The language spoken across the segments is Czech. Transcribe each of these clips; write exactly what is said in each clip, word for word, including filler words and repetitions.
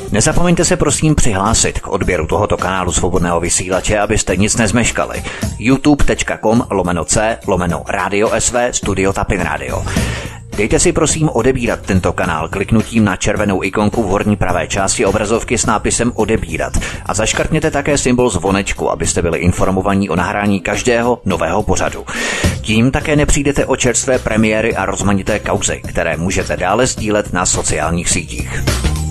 Nezapomeňte se prosím přihlásit k odběru tohoto kanálu Svobodného vysílače, abyste nic nezmeškali. youtube.com lomeno c lomeno Radio S V Studio Tapin Radio. Dejte si prosím odebírat tento kanál kliknutím na červenou ikonku v horní pravé části obrazovky s nápisem odebírat a zaškrtněte také symbol zvonečku, abyste byli informovaní o nahrání každého nového pořadu. Tím také nepřijdete o čerstvé premiéry a rozmanité kauzy, které můžete dále sdílet na sociálních sítích.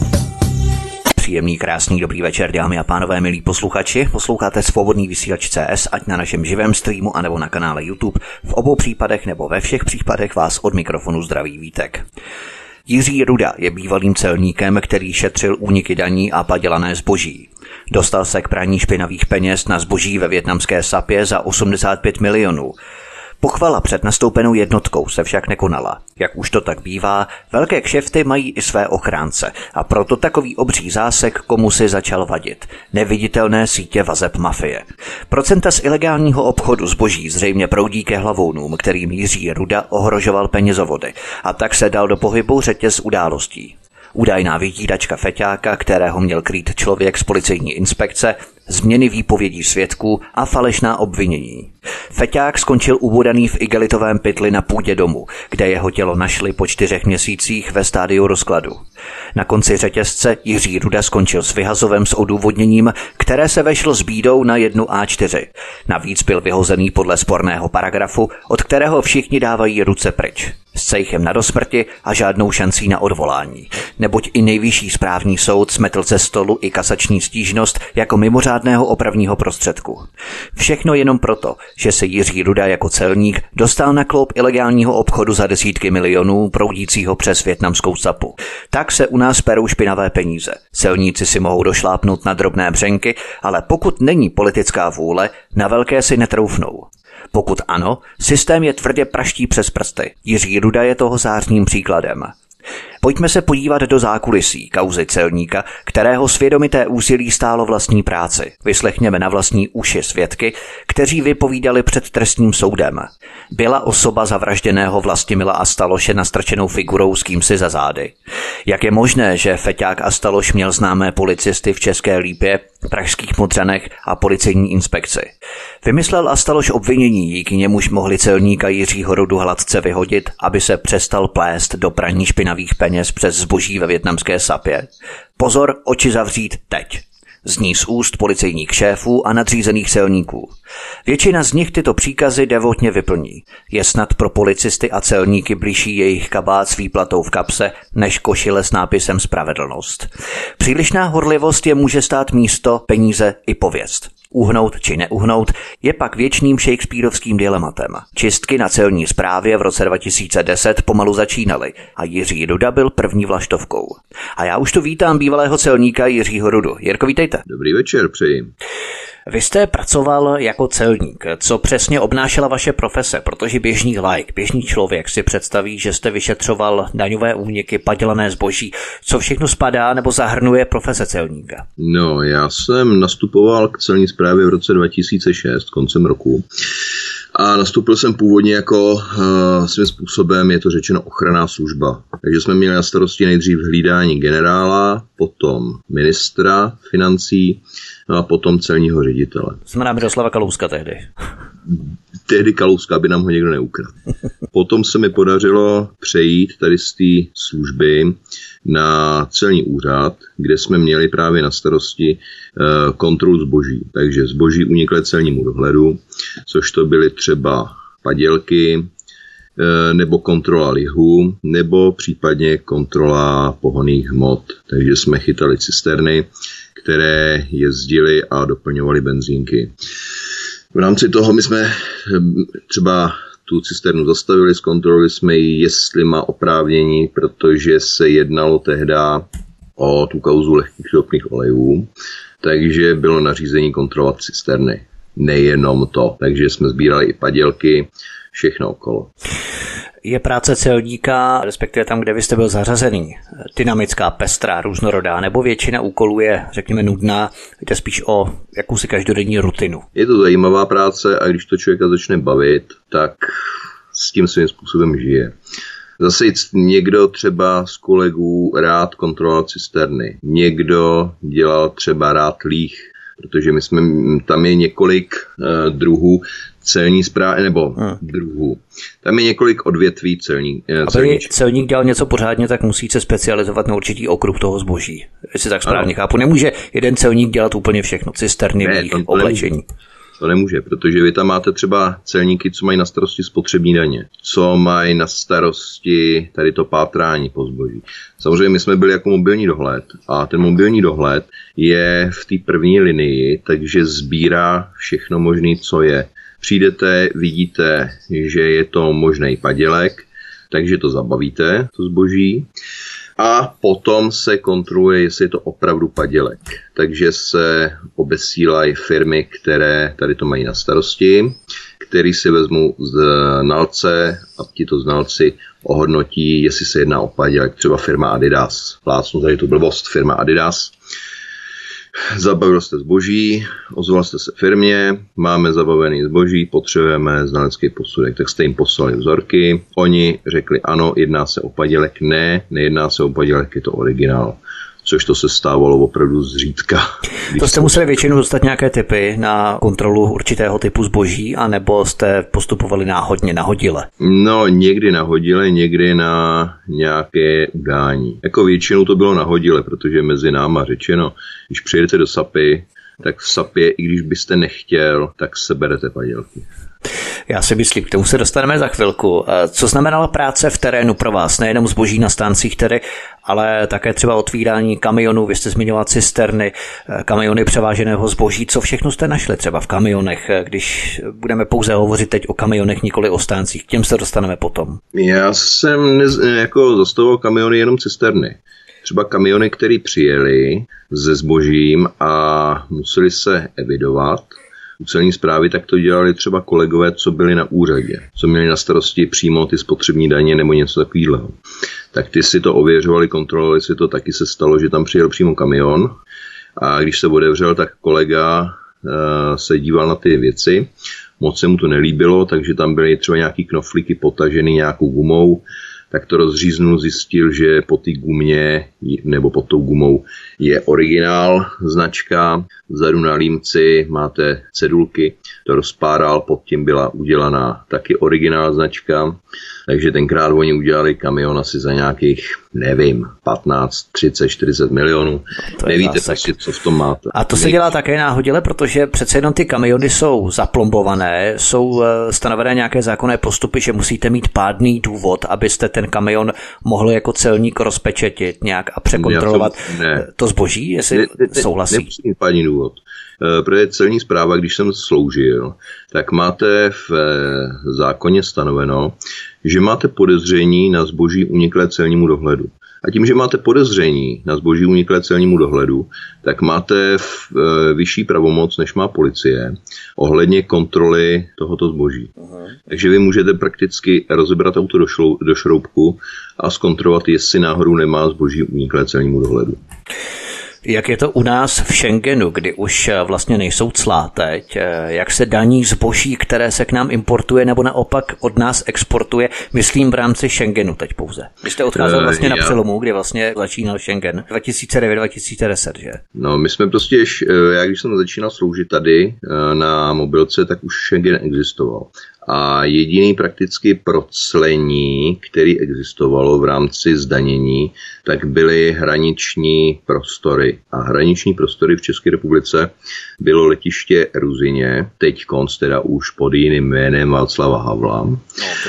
Příjemný, krásný, dobrý večer, dámy a pánové, milí posluchači. Posloucháte Svobodný vysílač C S, ať na našem živém streamu anebo na kanále YouTube. V obou případech nebo ve všech případech vás od mikrofonu zdraví Vítek. Jiří Ruda je bývalým celníkem, který šetřil úniky daní a padělané zboží. Dostal se k praní špinavých peněz na zboží ve vietnamské Sapě za osmdesát pět milionů. Pochvala před nastoupenou jednotkou se však nekonala. Jak už to tak bývá, velké kšefty mají i své ochránce a proto takový obří zásek komusi začal vadit. Neviditelné sítě vazeb mafie. Procenta z ilegálního obchodu zboží zřejmě proudí ke hlavounům, kterým Jiří Ruda ohrožoval penězovody, a tak se dal do pohybu řetěz událostí. Údajná vytíračka feťáka, kterého měl krýt člověk z policejní inspekce, změny výpovědí svědků a falešná obvinění. Feťák skončil ubodaný v igelitovém pytli na půdě domu, kde jeho tělo našli po čtyřech měsících ve stádiu rozkladu. Na konci řetězce Jiří Ruda skončil s vyhazovem s odůvodněním, které se vešlo s bídou na jednu á čtyři. Navíc byl vyhozený podle sporného paragrafu, od kterého všichni dávají ruce pryč. S cejchem na dosmrti a žádnou šancí na odvolání. Neboť i nejvyšší správní soud smetl ze stolu i kasační stížnost jako mimořádného opravního prostředku. Všechno jenom proto, že se Jiří Ruda jako celník dostal na kloup ilegálního obchodu za desítky milionů proudícího přes vietnamskou Sapu. Tak se u nás perou špinavé peníze. Celníci si mohou došlápnout na drobné břenky, ale pokud není politická vůle, na velké si netroufnou. Pokud ano, systém je tvrdě praští přes prsty. Jiří Ruda je toho zářným příkladem. Pojďme se podívat do zákulisí kauzy celníka, kterého svědomité úsilí stálo vlastní práci. Vyslechněme na vlastní uši svědky, kteří vypovídali před trestním soudem. Byla osoba zavražděného Vlastimila Astaloše nastrčenou figurou s kýmsi za zády. Jak je možné, že feťák Astaloš měl známé policisty v České Lípě, pražských Modřanech a policejní inspekci? Vymyslel Astaloš obvinění, díky němuž mohli celníka Jiřího Rudu hladce vyhodit, aby se přestal plést do praní špinavých peněz přes zboží ve vietnamské Sapě? Pozor, oči zavřít teď. Zní z úst policejních šéfů a nadřízených celníků. Většina z nich tyto příkazy devotně vyplní. Je snad pro policisty a celníky blížší jejich kabát s výplatou v kapse než košile s nápisem Spravedlnost. Přílišná horlivost je může stát místo, peníze i pověst. Uhnout či neuhnout je pak věčným shakespearovským dilematem. Čistky na celní správě v roce dva tisíce deset pomalu začínaly a Jiří Ruda byl první vlaštovkou. A já už tu vítám bývalého celníka Jiřího Rudu. Jirko, vítejte. Dobrý večer, přeji. Vy jste pracoval jako celník. Co přesně obnášela vaše profese? Protože běžný laik, běžný člověk si představí, že jste vyšetřoval daňové úniky, padělané zboží. Co všechno spadá nebo zahrnuje profese celníka? No, já jsem nastupoval k celní správě v roce dva tisíce šest, koncem roku. A nastoupil jsem původně jako uh, svým způsobem, je to řečeno, ochranná služba. Takže jsme měli na starosti nejdřív hlídání generála, potom ministra financí, no a potom celního ředitele. Znamená Miroslava Kalouska tehdy. Tehdy Kalouska, aby nám ho někdo neukradl. Potom se mi podařilo přejít tady z té služby na celní úřad, kde jsme měli právě na starosti kontrolu zboží. Takže zboží uniklé celnímu dohledu, což to byly třeba padělky, nebo kontrola lihu, nebo případně kontrola pohonných hmot. Takže jsme chytali cisterny, které jezdily a doplňovaly benzínky. V rámci toho my jsme třeba tu cisternu zastavili, zkontrolovali jsme ji, jestli má oprávnění, protože se jednalo tehda o tu kauzu lehkých ropných olejů, takže bylo nařízení kontrolovat cisterny. Nejenom to, takže jsme sbírali i padělky, všechno okolo. Je práce celníka, respektive tam, kde vy jste byl zařazený, dynamická, pestrá, různorodá, nebo většina úkolů je, řekněme, nudná, jde spíš o jakousi každodenní rutinu? Je to zajímavá práce a když to člověka začne bavit, tak s tím svým způsobem žije. Zase někdo třeba z kolegů rád kontroloval cisterny, někdo dělal třeba rád líh, protože my jsme, tam je několik uh, druhů celní správy, nebo hmm. druhů. Tam je několik odvětví celní. Aby uh, celník dělal něco pořádně, tak musí se specializovat na určitý okruh toho zboží. Jestli tak správně ano. chápu. Nemůže jeden celník dělat úplně všechno. Cisterny, líh, oblečení. Nemůže. To nemůže, protože vy tam máte třeba celníky, co mají na starosti spotřební daně, co mají na starosti tady to pátrání po zboží. Samozřejmě my jsme byli jako mobilní dohled a ten mobilní dohled je v té první linii, takže sbírá všechno možné, co je. Přijdete, vidíte, že je to možný padělek, takže to zabavíte, to zboží. A potom se kontroluje, jestli je to opravdu padělek. Takže se obesílají firmy, které tady to mají na starosti, který si vezmou znalce a tito znalci ohodnotí, jestli se jedná o padělek. Třeba firma Adidas. Plácnu tady tu blbost, firma Adidas. Zabavil jste zboží, ozval jste se firmě, máme zabavený zboží, potřebujeme znalecký posudek, tak jste jim poslali vzorky, oni řekli ano, jedná se o padělek, ne, nejedná se o padělek, je to originál. Což to se stávalo opravdu zřídka. To jste museli většinou dostat nějaké tipy na kontrolu určitého typu zboží, anebo jste postupovali náhodně, nahodile? No, někdy nahodile, někdy na nějaké udání. Jako většinou to bylo nahodile, protože mezi náma řečeno, když přijedete do SAPy, tak v SAPě, i když byste nechtěl, tak seberete padělky. Já si myslím, k tomu se dostaneme za chvilku. Co znamenala práce v terénu pro vás? Nejenom zboží na stáncích tedy, ale také třeba otvírání kamionů, vy jste zmiňoval cisterny, kamiony převáženého zboží. Co všechno jste našli třeba v kamionech, když budeme pouze hovořit teď o kamionech, nikoli o stáncích? K těm se dostaneme potom. Já jsem nez, jako zastavoval kamiony jenom cisterny. Třeba kamiony, které přijeli se zbožím a museli se evidovat, u celní správy, tak to dělali třeba kolegové, co byli na úřadě, co měli na starosti přímo ty spotřební daně nebo něco takového. Tak ty si to ověřovali, kontrolovali si to, taky se stalo, že tam přijel přímo kamion a když se otevřel, tak kolega uh, se díval na ty věci, moc se mu to nelíbilo, takže tam byly třeba nějaký knoflíky potažený nějakou gumou, tak to rozříznul, zjistil, že po té gumě nebo pod tou gumou je originál značka, vzadu na límci máte cedulky, to rozpáral, pod tím byla udělaná taky originál značka, takže tenkrát oni udělali kamion asi za nějakých, nevím, patnáct, třicet, čtyřicet milionů. No, nevíte prostě, co v tom máte. A to se dělá také náhodile, protože přece jenom ty kamiony jsou zaplombované, jsou stanovené nějaké zákonné postupy, že musíte mít pádný důvod, abyste ten kamion mohl jako celník rozpečetit nějak a překontrolovat ne. to zboží, jestli ne, ne, souhlasí. Nemusí mít pádný důvod. Protože celní správa, když jsem sloužil, tak máte v zákoně stanoveno, že máte podezření na zboží uniklé celnímu dohledu. A tím, že máte podezření na zboží uniklé celnímu dohledu, tak máte v, e, vyšší pravomoc, než má policie, ohledně kontroly tohoto zboží. Aha. Takže vy můžete prakticky rozebrat auto do, šlou, do šroubku a zkontrolovat, jestli náhodou nemá zboží uniklé celnímu dohledu. Jak je to u nás v Schengenu, kdy už vlastně nejsou clá teď? Jak se daní zboží, které se k nám importuje nebo naopak od nás exportuje, myslím v rámci Schengenu teď pouze? Vy jste odcházel vlastně uh, na přelomu, kdy vlastně začínal Schengen dva tisíce devět dva tisíce deset, že? No, my jsme prostě, já když jsem začínal sloužit tady na mobilce, tak už Schengen existoval. A jediný prakticky proclení, který existovalo v rámci zdanění, tak byly hraniční prostory. A hraniční prostory v České republice bylo letiště Ruzyně, teď konc teda už pod jiným jménem Václava Havla. No,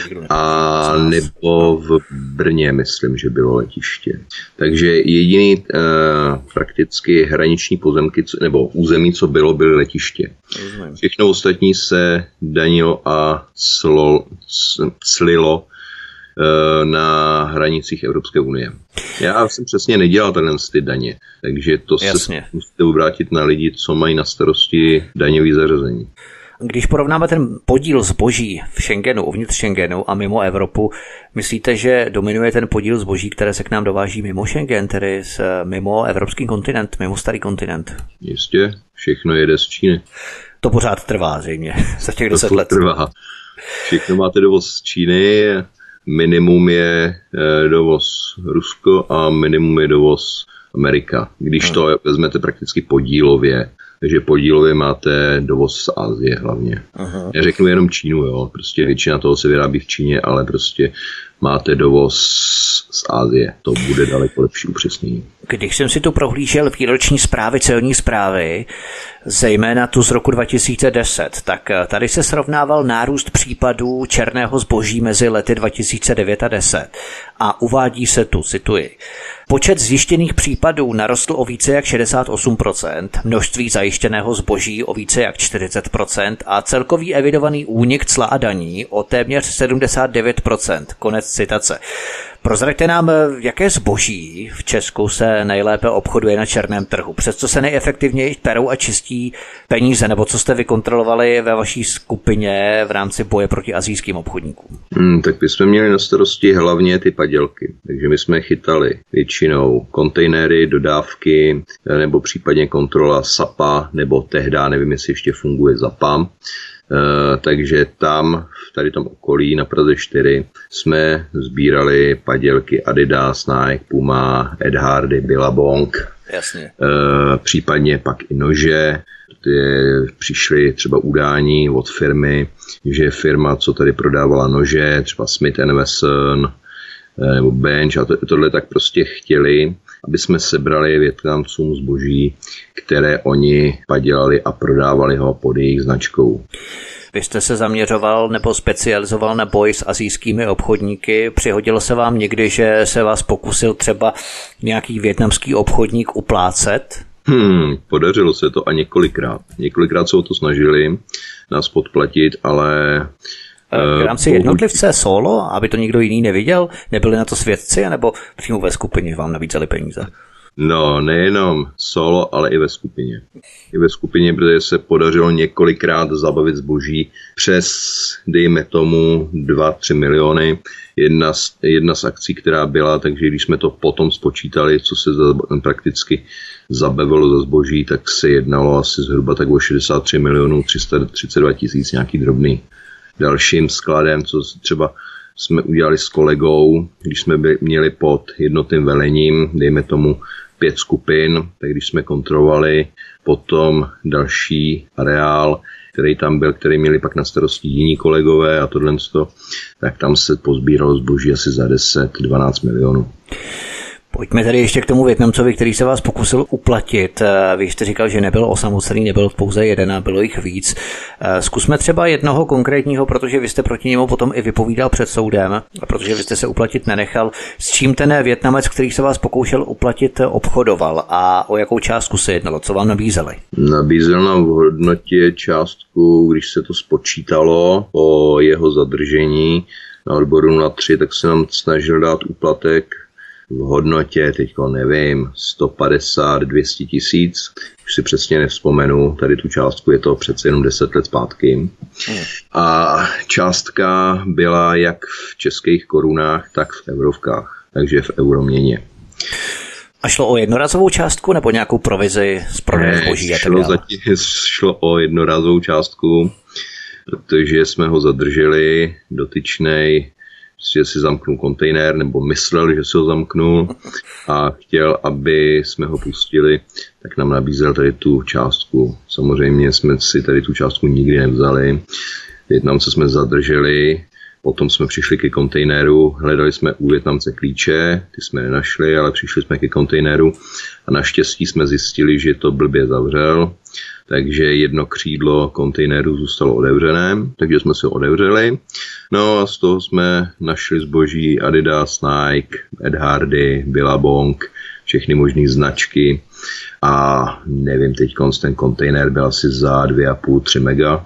a nebo v Brně, myslím, že bylo letiště. Takže jediný eh, prakticky hraniční pozemky, nebo území, co bylo, byly letiště. Všechno ostatní se danilo a clo, clilo e, na hranicích Evropské unie. Já jsem přesně nedělal tenhle ty daně, takže to Jasně. se musíte obrátit na lidi, co mají na starosti daňové zařazení. Když porovnáme ten podíl zboží v Schengenu, uvnitř Schengenu a mimo Evropu, myslíte, že dominuje ten podíl zboží, které se k nám dováží mimo Schengen, tedy z, mimo evropský kontinent, mimo starý kontinent? Jistě, všechno jede z Číny. To pořád trvá zřejmě, za těch deset let. Trvá. Všechno máte dovoz z Číny, minimum je dovoz Rusko a minimum je dovoz Amerika, když to vezmete prakticky podílově. Takže podílově máte dovoz z Asie hlavně. Aha. Já řeknu jenom Čínu, jo. Prostě většina toho se vyrábí v Číně, ale prostě máte dovoz z Asie. To bude daleko lepší upřesnění. Když jsem si tu prohlížel výroční zprávy celní správy, zejména tu z roku dva tisíce deset, tak tady se srovnával nárůst případů černého zboží mezi lety dva tisíce devět a deset. A uvádí se tu, cituji, počet zjištěných případů narostl o více jak šedesát osm procent, množství zajištěného zboží o více jak čtyřicet procent a celkový evidovaný únik cla a daní o téměř sedmdesát devět procent. Konec citace. Prozraďte nám, jaké zboží v Česku se nejlépe obchoduje na černém trhu, přesto se nejefektivněji perou a čistí peníze, nebo co jste vykontrolovali ve vaší skupině v rámci boje proti asijským obchodníkům? Hmm, tak my jsme měli na starosti hlavně ty padělky, takže my jsme chytali většinou kontejnery, dodávky, nebo případně kontrola SAPA, nebo tehda, nevím, jestli ještě funguje ZAPA. Uh, takže tam, v tady tom okolí na Praze čtyři, jsme sbírali padělky Adidas, Nike, Puma, Ed Hardy, Billabong. Jasně. Uh, případně pak i nože. Přišly třeba udání od firmy, že firma, co tady prodávala nože, třeba Smith and Wesson nebo Bench a to, tohle tak prostě chtěli, aby jsme sebrali Vietnamcům zboží, které oni padělali a prodávali ho pod jejich značkou. Vy jste se zaměřoval nebo specializoval na boj s asijskými obchodníky. Přihodilo se vám někdy, že se vás pokusil třeba nějaký vietnamský obchodník uplácet? Hmm, podařilo se to a několikrát. Několikrát se o to snažili nás podplatit, ale... V rámci jednotlivce solo, aby to nikdo jiný neviděl? Nebyli na to svědci, anebo přímo ve skupině vám nabízeli peníze? No, nejenom solo, ale i ve skupině. I ve skupině, protože se podařilo několikrát zabavit zboží přes, dejme tomu, dva tři miliony. Jedna z, jedna z akcí, která byla, takže když jsme to potom spočítali, co se za, prakticky zabavilo za zboží, tak se jednalo asi zhruba tak o šedesát tři milionů tři sta třicet dva tisíc, nějaký drobný. Dalším skladem, co třeba jsme udělali s kolegou, když jsme byli, měli pod jednotným velením, dejme tomu pět skupin, tak když jsme kontrolovali potom další areál, který tam byl, který měli pak na starosti jiní kolegové a tohle, tak tam se pozbíralo zboží asi za deset dvanáct milionů. Pojďme tady ještě k tomu Vietnamcovi, který se vás pokusil uplatit. Vy jste říkal, že nebyl osamocený, nebyl pouze jeden a bylo jich víc. Zkusme třeba jednoho konkrétního, protože vy jste proti němu potom i vypovídal před soudem, protože vy jste se uplatit nenechal. S čím ten Vietnamec, který se vás pokoušel uplatit, obchodoval a o jakou částku se jednalo? Co vám nabízeli? Nabízel nám v hodnotě částku, když se to spočítalo po jeho zadržení na odboru nula tři, tak se nám snažil dát úplatek v hodnotě, teďko nevím, sto padesát až dvě stě tisíc, už si přesně nevzpomenu, tady tu částku, je to přece jenom deset let zpátky. A částka byla jak v českých korunách, tak v eurovkách, takže v euroměně. A šlo o jednorazovou částku nebo nějakou provizi z prodeje zboží? Šlo, zatím, šlo o jednorazovou částku, protože jsme ho zadrželi, dotyčnej že si zamknul kontejner, nebo myslel, že se ho zamknul a chtěl, aby jsme ho pustili, tak nám nabízel tady tu částku. Samozřejmě jsme si tady tu částku nikdy nevzali. Vietnamce jsme zadrželi, potom jsme přišli ke kontejneru, hledali jsme u Vietnamce klíče, ty jsme nenašli, ale přišli jsme ke kontejneru a naštěstí jsme zjistili, že to blbě zavřel, takže jedno křídlo kontejneru zůstalo otevřené, takže jsme se ho otevřeli. No a z toho jsme našli zboží Adidas, Nike, Ed Hardy, Billabong, všechny možné značky a nevím, teď ten kontejner byl asi za dvě a půl tři mega.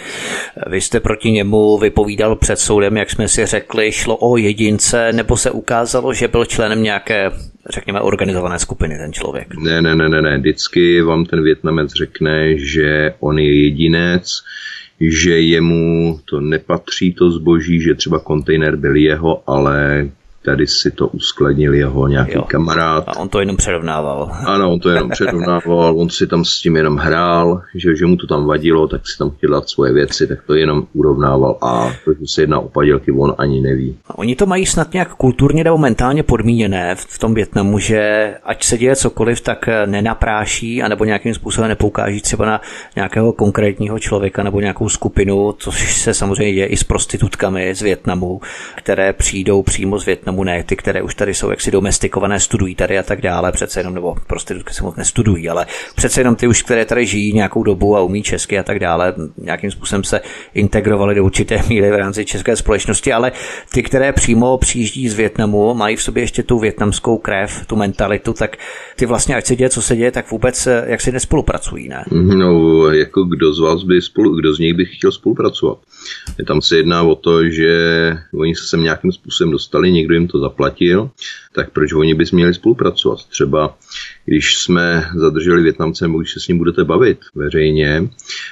Vy jste proti němu vypovídal před soudem, jak jsme si řekli, šlo o jedince, nebo se ukázalo, že byl členem nějaké, řekněme, organizované skupiny ten člověk? Ne, ne, ne, ne, ne. Vždycky vám ten Vietnamec řekne, že on je jedinec, že jemu to nepatří to zboží, že třeba kontejner byl jeho, ale tady si to uskladnil jeho nějaký jo. kamarád. A on to jenom přerovnával. Ano, on to jenom přerovnával, on si tam s tím jenom hrál, že, že mu to tam vadilo, tak si tam chtěl dát svoje věci, tak to jenom urovnával a protože se jedná o padělky, on ani neví. A oni to mají snad nějak kulturně nebo mentálně podmíněné v tom Vietnamu, že ať se děje cokoliv, tak nenapráší anebo nějakým způsobem nepoukáží třeba na nějakého konkrétního člověka nebo nějakou skupinu, což se samozřejmě je i s prostitutkami z Vietnamu, které přijdou přímo z Vietnamu, ne ty, které už tady jsou jaksi domestikované, studují tady a tak dále, přece jenom, nebo prostitutky se moc nestudují, ale přece jenom ty už, které tady žijí nějakou dobu a umí česky a tak dále, nějakým způsobem se integrovali do určité míry v rámci české společnosti, ale ty, které přímo přijíždí z Vietnamu, mají v sobě ještě tu vietnamskou krev, tu mentalitu, tak ty vlastně, ať se děje, co se děje, tak vůbec jak si nespolupracují, ne? No, jako kdo z vás by spolu, kdo z nich by chtěl spolupracovat? Tam se jedná o to, že oni se sem nějakým způsobem dostali, někdo jim to zaplatil, tak proč oni by měli spolupracovat? Třeba když jsme zadrželi Vietnamce, nebo když se s ním budete bavit veřejně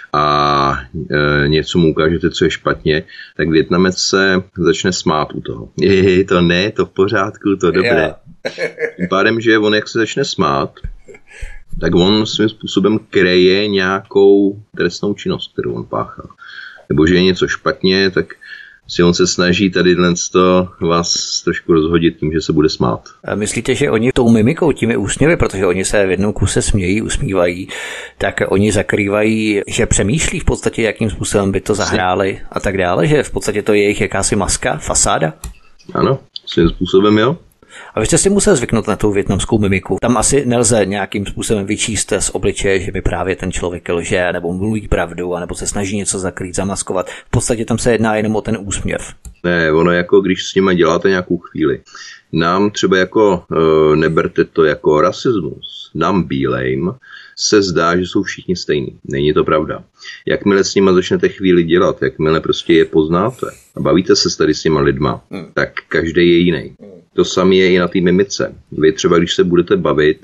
a e, něco mu ukážete, co je špatně, tak Vietnamec se začne smát u toho. Je, to ne, to v pořádku, to dobré. Tím pádem, že on jak se začne smát, tak on svým způsobem kreje nějakou trestnou činnost, kterou on páchá. Nebo že je něco špatně, tak si on se snaží tady to vás trošku rozhodit tím, že se bude smát. A myslíte, že oni tou mimikou, těmi úsměvy, protože oni se v jednom kuse smějí, usmívají, tak oni zakrývají, že přemýšlí v podstatě, jakým způsobem by to zahráli a tak dále, že v podstatě to je jejich jakási maska, fasáda? Ano, svým způsobem jo. A vy jste si musel zvyknout na tu vietnamskou mimiku. Tam asi nelze nějakým způsobem vyčíst z obličeje, že by právě ten člověk lže, nebo mluví pravdu, nebo se snaží něco zakrýt, zamaskovat. V podstatě tam se jedná jenom o ten úsměv. Ne, ono jako když s nimi děláte nějakou chvíli. Nám třeba jako, e, neberte to jako rasismus, nám bílejm se zdá, že jsou všichni stejní. Není to pravda. Jakmile s nima začnete chvíli dělat, jakmile prostě je poznáte a bavíte se tady s těma lidma, hmm. tak každý je jiný. Hmm. To samé je i na té mimice. Vy třeba, když se budete bavit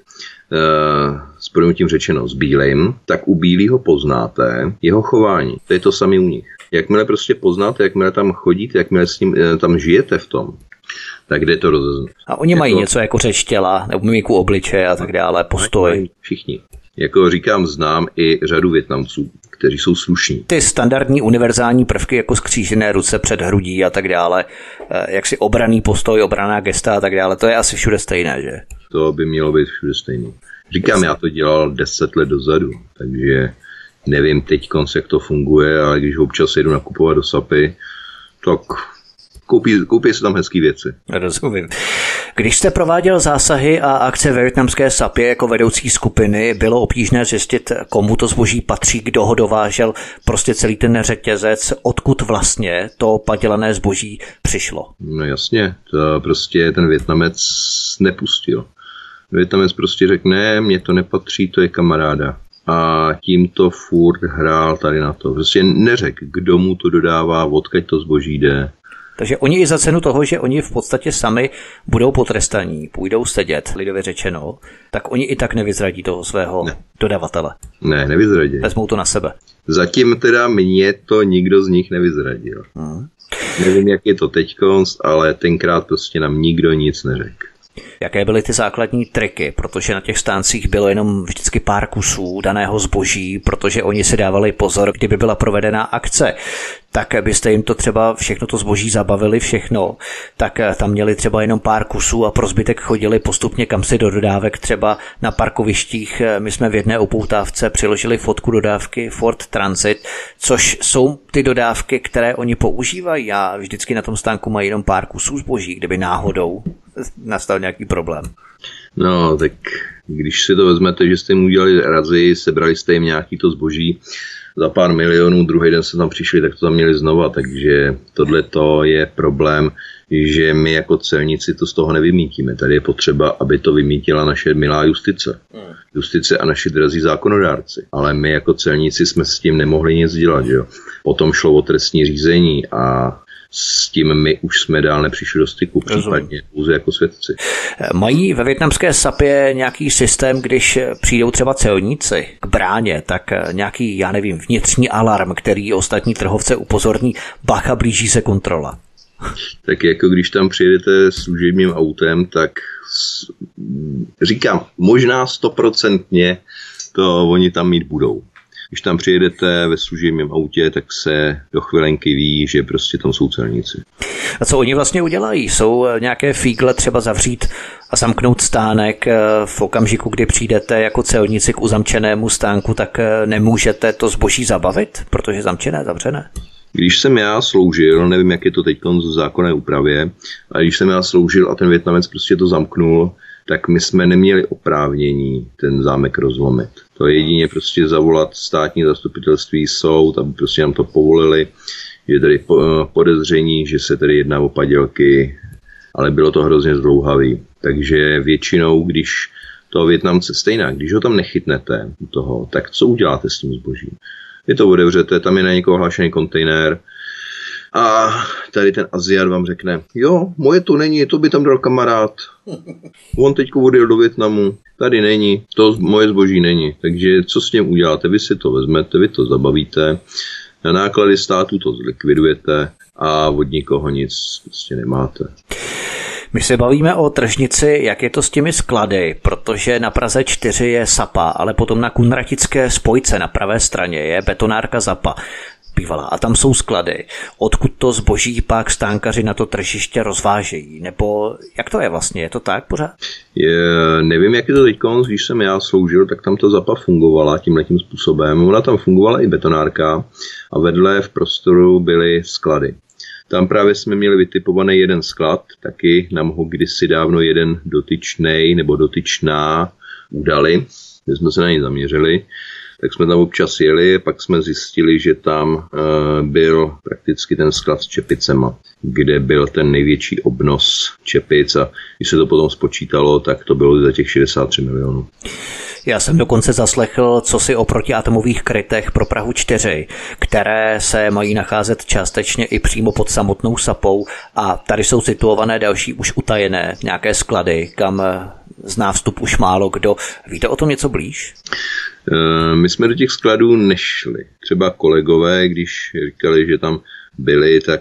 uh, s proměnutím řečeno s bílým, tak u bílého poznáte jeho chování. To je to samé u nich. Jakmile prostě poznáte, jakmile tam chodíte, jakmile s ním uh, tam žijete v tom, tak jde to rozeznat. A oni mají jako, něco jako řeč těla, nebo mimiku obličeje a tak dále, postoj. Všichni. Jako říkám, znám i řadu Vietnamců, kteří jsou slušní. Ty standardní univerzální prvky jako skřížené ruce před hrudí a tak dále, jaksi obraný postoj, obraná gesta a tak dále, to je asi všude stejné, že? To by mělo být všude stejné. Říkám, já to dělal deset let dozadu, takže nevím teď, jak to funguje, ale když občas jedu nakupovat do Sapy, tak koupí, koupí se tam hezký věci. Rozumím. Když jste prováděl zásahy a akce ve vietnamské Sapě jako vedoucí skupiny, bylo obtížné zjistit, komu to zboží patří, kdo ho dovážel, prostě celý ten řetězec, odkud vlastně to padělané zboží přišlo? No jasně, to prostě ten Vietnamec nepustil. Vietnamec prostě řekne, ne, mně to nepatří, to je kamaráda. A tím to furt hrál tady na to. Prostě neřek, kdo mu to dodává, odkud to zboží jde. Takže oni i za cenu toho, že oni v podstatě sami budou potrestaní, půjdou sedět, lidově řečeno, tak oni i tak nevyzradí toho svého ne. dodavatele. Ne, nevyzradí. Vezmou to na sebe. Zatím teda mě to nikdo z nich nevyzradil. Hmm. Nevím, jak je to teďkonst, ale tenkrát prostě nám nikdo nic neřekl. Jaké byly ty základní triky, protože na těch stáncích bylo jenom vždycky pár kusů daného zboží, protože oni si dávali pozor, kdyby byla provedena akce, tak byste jim to třeba všechno to zboží zabavili všechno, tak tam měli třeba jenom pár kusů a pro zbytek chodili postupně kam si do dodávek, třeba na parkovištích. My jsme v jedné upoutávce přiložili fotku dodávky Ford Transit, což jsou ty dodávky, které oni používají a vždycky na tom stánku mají jenom pár kusů zboží, kdyby náhodou nastal nějaký problém. No, tak když si to vezmete, že jste jim udělali razy, sebrali jste jim nějaký to zboží za pár milionů, druhý den se tam přišli, tak to tam měli znova, takže tohle to je problém, že my jako celníci to z toho nevymítíme. Tady je potřeba, aby to vymítila naše milá justice. Justice a naši drazí zákonodárci. Ale my jako celníci jsme s tím nemohli nic dělat, že jo. Potom šlo o trestní řízení a s tím my už jsme dál nepřišli do styku, případně pouze jako svědci. Mají ve vietnamské Sapě nějaký systém, když přijdou třeba celníci k bráně, tak nějaký, já nevím, vnitřní alarm, který ostatní trhovce upozorní, bacha, blíží se kontrola? Tak jako když tam přijedete služebním autem, tak říkám, možná stoprocentně to oni tam mít budou. Když tam přijedete ve služebním autě, tak se do chvilenky ví, že prostě tam jsou celníci. A co oni vlastně udělají? Jsou nějaké fígle třeba zavřít a zamknout stánek v okamžiku, kdy přijdete jako celníci k uzamčenému stánku, tak nemůžete to zboží zabavit, protože zamčené, zavřené? Když jsem já sloužil, nevím, jak je to teď v zákonné úpravě, ale když jsem já sloužil a ten Vietnamec prostě to zamknul, tak my jsme neměli oprávnění ten zámek rozlomit. To je jedině prostě zavolat státní zastupitelství, soud, aby prostě nám to povolili. Je tady podezření, že se tady jedná o padělky, ale bylo to hrozně zdlouhavý. Takže většinou, když toho Vietnamce stejná, když ho tam nechytnete u toho, tak co uděláte s tím zbožím? Je to otevřete, tam je na někoho hlášený kontejner a tady ten Aziat vám řekne, jo, moje to není, to by tam dal kamarád. On teďko odjel do Vietnamu, tady není, to moje zboží není. Takže co s tím uděláte? Vy si to vezmete, vy to zabavíte, na náklady státu to zlikvidujete a od nikoho nic prostě nemáte. My se bavíme o tržnici, jak je to s těmi sklady, protože na Praze čtyři je Sapa, ale potom na Kunratické spojce na pravé straně je betonárka Zapa bývalá a tam jsou sklady. Odkud to zboží pak stánkaři na to tržiště rozvážejí? Nebo jak to je vlastně? Je to tak pořád? Je, nevím, jak je to teď, když jsem já sloužil, tak tam ta Zapa fungovala tímhletím způsobem. Ona tam fungovala i betonárka a vedle v prostoru byly sklady. Tam právě jsme měli vytipovaný jeden sklad, taky nám ho kdysi dávno jeden dotyčnej nebo dotyčná udali, kde jsme se na něj zaměřili. Tak jsme tam občas jeli, pak jsme zjistili, že tam e, byl prakticky ten sklad s čepicema, kde byl ten největší obnos čepic a když se to potom spočítalo, tak to bylo za těch šedesát tři milionů. Já jsem dokonce zaslechl, co si o protiatomových krytech pro Prahu čtyři, které se mají nacházet částečně i přímo pod samotnou Sapou a tady jsou situované další už utajené nějaké sklady, kam zná vstup už málo kdo. Víte o tom něco blíž? My jsme do těch skladů nešli. Třeba kolegové, když říkali, že tam byli, tak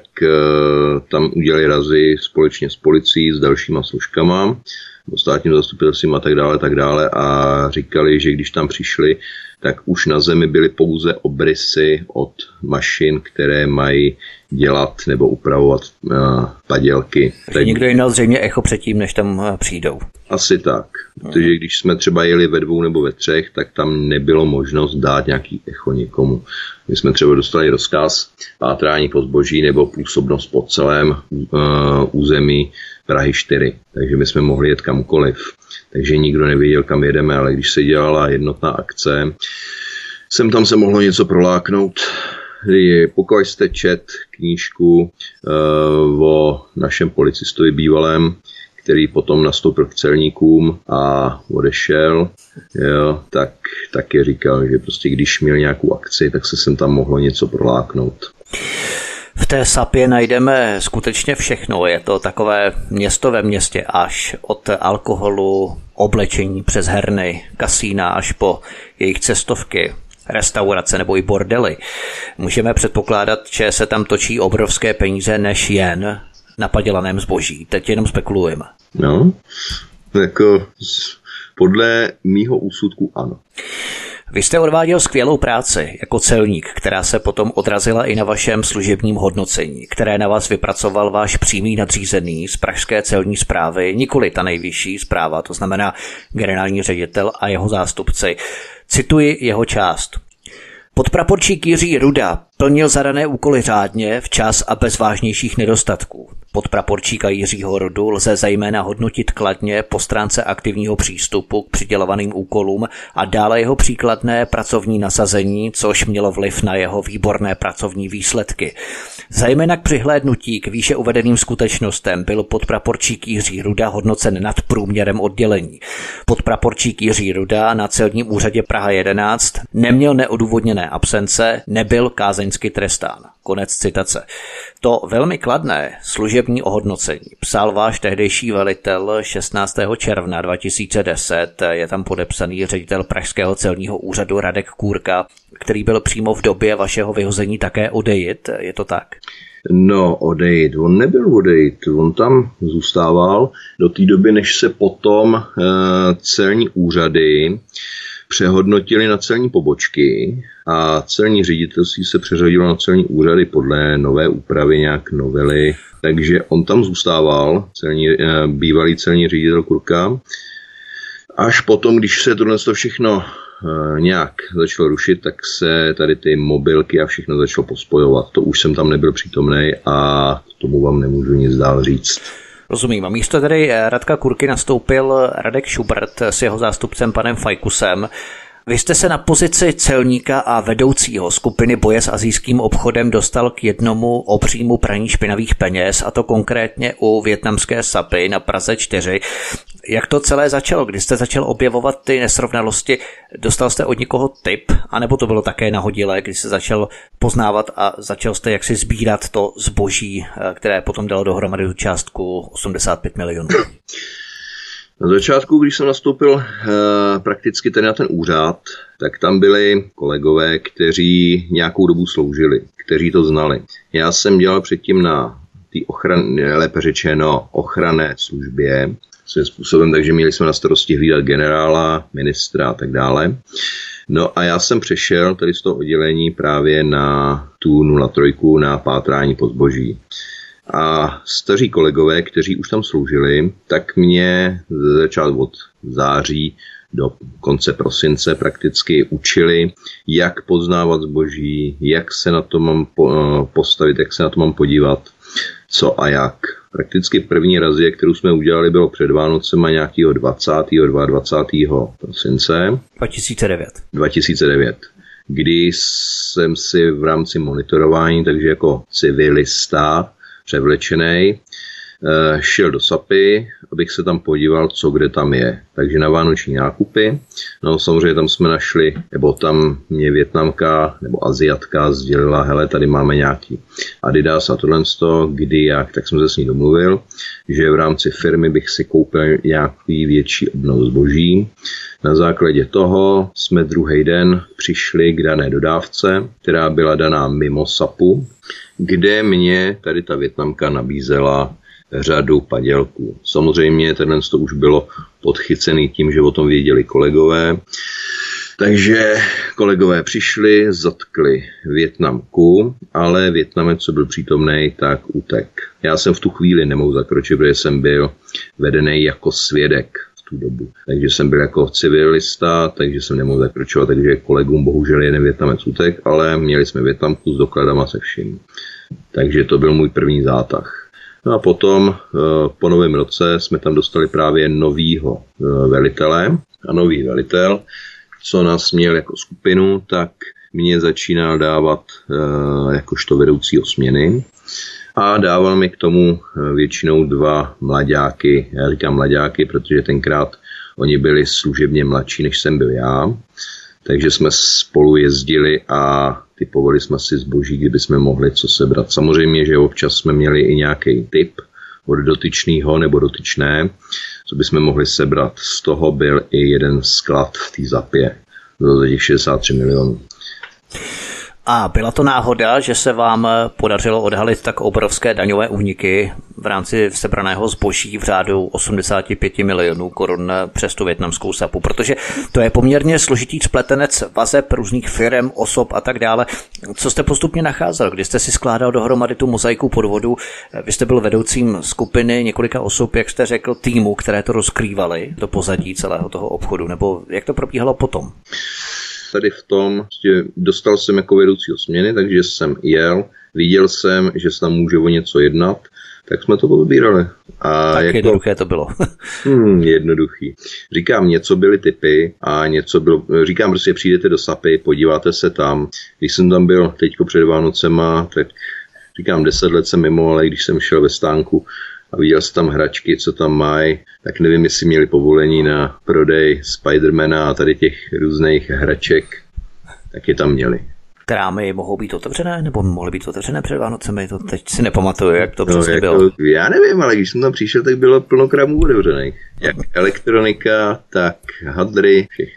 tam udělali razy společně s policií, s dalšíma složkama, státním zastupitelstvím a tak dále, tak dále a říkali, že když tam přišli, tak už na zemi byly pouze obrysy od mašin, které mají dělat nebo upravovat uh, padělky. Takže někdo jim dal zřejmě echo předtím, než tam přijdou. Asi tak. Protože když jsme třeba jeli ve dvou nebo ve třech, tak tam nebylo možnost dát nějaký echo někomu. My jsme třeba dostali rozkaz pátrání po zboží nebo působnost po celém uh, území Prahy čtyři. Takže my jsme mohli jet kamkoliv. Takže nikdo nevěděl, kam jedeme, ale když se dělala jednotná akce, sem tam se mohlo něco proláknout. Pokud jste čet knížku uh, o našem policistovi bývalém, který potom nastoupil k celníkům a odešel, jo, tak, tak je říkal, že prostě když měl nějakou akci, tak se sem tam mohlo něco proláknout. V té Sapě najdeme skutečně všechno. Je to takové město ve městě, až od alkoholu, oblečení přes herny, kasína až po jejich cestovky, restaurace nebo i bordely. Můžeme předpokládat, že se tam točí obrovské peníze než jen na padělaném zboží. Teď jenom spekulujeme. No, jako podle mýho úsudku ano. Vy jste odváděl skvělou práci jako celník, která se potom odrazila i na vašem služebním hodnocení, které na vás vypracoval váš přímý nadřízený z pražské celní správy, nikoli ta nejvyšší správa, to znamená generální ředitel a jeho zástupci. Cituji jeho část. Podpraporčík Jiří Ruda plnil zadané úkoly řádně, včas a bez vážnějších nedostatků. Podpraporčíka Jiřího Rudu lze zejména hodnotit kladně po stránce aktivního přístupu k přidělovaným úkolům a dále jeho příkladné pracovní nasazení, což mělo vliv na jeho výborné pracovní výsledky. Zejména k přihlédnutí k výše uvedeným skutečnostem byl podpraporčík Jiří Ruda hodnocen nad průměrem oddělení. Podpraporčík Jiří Ruda na celním úřadě Praha jedenáct neměl neodůvodněné absence, nebyl kázeňsky trestán. Konec citace. To velmi kladné služební ohodnocení psal váš tehdejší velitel šestnáctého června dva tisíce deset, je tam podepsaný ředitel pražského celního úřadu Radek Kůrka. který byl přímo v době vašeho vyhození také odejit, je to tak? No, odejít. On nebyl odejít, on tam zůstával do té doby, než se potom e, celní úřady přehodnotili na celní pobočky a celní ředitelství se přeřadilo na celní úřady podle nové úpravy, nějak novely. Takže on tam zůstával, celní, e, bývalý celní ředitel Kurka. Až potom, když se tohle všechno e, nějak začalo rušit, tak se tady ty mobilky a všechno začalo pospojovat. To už jsem tam nebyl přítomnej a tomu vám nemůžu nic dál říct. Rozumím. A místo tedy Radka Kurky nastoupil Radek Schubert s jeho zástupcem panem Fajkusem. Vy jste se na pozici celníka a vedoucího skupiny boje s asijským obchodem dostal k jednomu obřímu praní špinavých peněz, a to konkrétně u vietnamské Sapy na Praze čtyři. Jak to celé začalo? Kdy jste začal objevovat ty nesrovnalosti? Dostal jste od někoho tip? A nebo to bylo také nahodilé, když jste začal poznávat a začal jste jaksi sbírat to zboží, které potom dalo dohromady tu částku osmdesát pět milionů? Na začátku, když jsem nastoupil uh, prakticky tady na ten úřad, tak tam byli kolegové, kteří nějakou dobu sloužili, kteří to znali. Já jsem dělal předtím na té ochranné, lépe řečeno, ochranné službě, svým způsobem, takže měli jsme na starosti hlídat generála, ministra a tak dále. No a já jsem přešel tady z toho oddělení právě na tu nula tři, na pátrání po zboží. A staří kolegové, kteří už tam sloužili, tak mě začal od září do konce prosince prakticky učili, jak poznávat zboží, jak se na to mám postavit, jak se na to mám podívat, co a jak. Prakticky první razie, kterou jsme udělali, bylo před Vánocem a nějakého dvacátého dvacátého druhého prosince. dva tisíce devět. dva tisíce devět. Kdy jsem si v rámci monitorování, takže jako civilista, převlečenej, šel do Sapy, abych se tam podíval, co kde tam je. Takže na vánoční nákupy. No samozřejmě tam jsme našli, nebo tam mě Vietnamka nebo Aziatka sdělila, hele, tady máme nějaký Adidas a tohle z toho, kdy jak, tak jsem se s ní domluvil, že v rámci firmy bych si koupil nějaký větší obnov zboží. Na základě toho jsme druhý den přišli k dané dodávce, která byla daná mimo Sapu, kde mě tady ta Vietnamka nabízela řadu padělků. Samozřejmě tenhle to už bylo podchycený tím, že o tom věděli kolegové. Takže kolegové přišli, zatkli Vietnamku, ale Vietnamec, co byl přítomný, tak utek. Já jsem v tu chvíli nemohl zakročit, protože jsem byl vedený jako svědek v tu dobu. Takže jsem byl jako civilista, takže jsem nemohl zakročovat, takže kolegům bohužel jeden Vietnamec utek, ale měli jsme Vietnamku s dokladama se vším. Takže to byl můj první zátah. No a potom po novém roce jsme tam dostali právě novýho velitele a nový velitel, co nás měl jako skupinu, tak mě začínal dávat jakožto vedoucího směny a dával mi k tomu většinou dva mlaďáky. Já říkám mlaďáky, protože tenkrát oni byli služebně mladší, než jsem byl já. Takže jsme spolu jezdili a typovali jsme si zboží, kdyby jsme mohli co sebrat. Samozřejmě, že občas jsme měli i nějaký tip od dotyčného nebo dotyčné, co bychom mohli sebrat. Z toho byl i jeden sklad v té Zapě. Bylo za těch šedesát tři milionů. A byla to náhoda, že se vám podařilo odhalit tak obrovské daňové úniky v rámci sebraného zboží v řádu osmdesát pět milionů korun přes tu vietnamskou Sapu, protože to je poměrně složitý spletenec vazeb různých firem, osob a tak dále. Co jste postupně nacházel, když jste si skládal dohromady tu mozaiku podvodu? Vy jste byl vedoucím skupiny několika osob, jak jste řekl, týmu, které to rozkrývaly do pozadí celého toho obchodu, nebo jak to probíhalo potom? Tady v tom dostal jsem jako vedoucího směny, takže jsem jel, viděl jsem, že se tam může o něco jednat, tak jsme to vybírali. A tak jako, jednoduché to bylo. hmm, jednoduchý. Říkám, něco byly typy a něco bylo, říkám prostě přijdete do Sapy, podíváte se tam. Když jsem tam byl teďko před Vánocema, tak říkám, deset let jsem mimo, ale když jsem šel ve stánku a viděl jsem tam hračky, co tam mají, tak nevím, jestli měli povolení na prodej Spidermana a tady těch různých hraček, tak je tam měli. Krámy mohou být otevřené, nebo mohly být otevřené před Vánocemi? To teď si nepamatuju, jak to přesně no, jako, bylo. Já nevím, ale když jsem tam přišel, tak bylo plno krámů otevřených. Jak elektronika, tak hadry, všechno.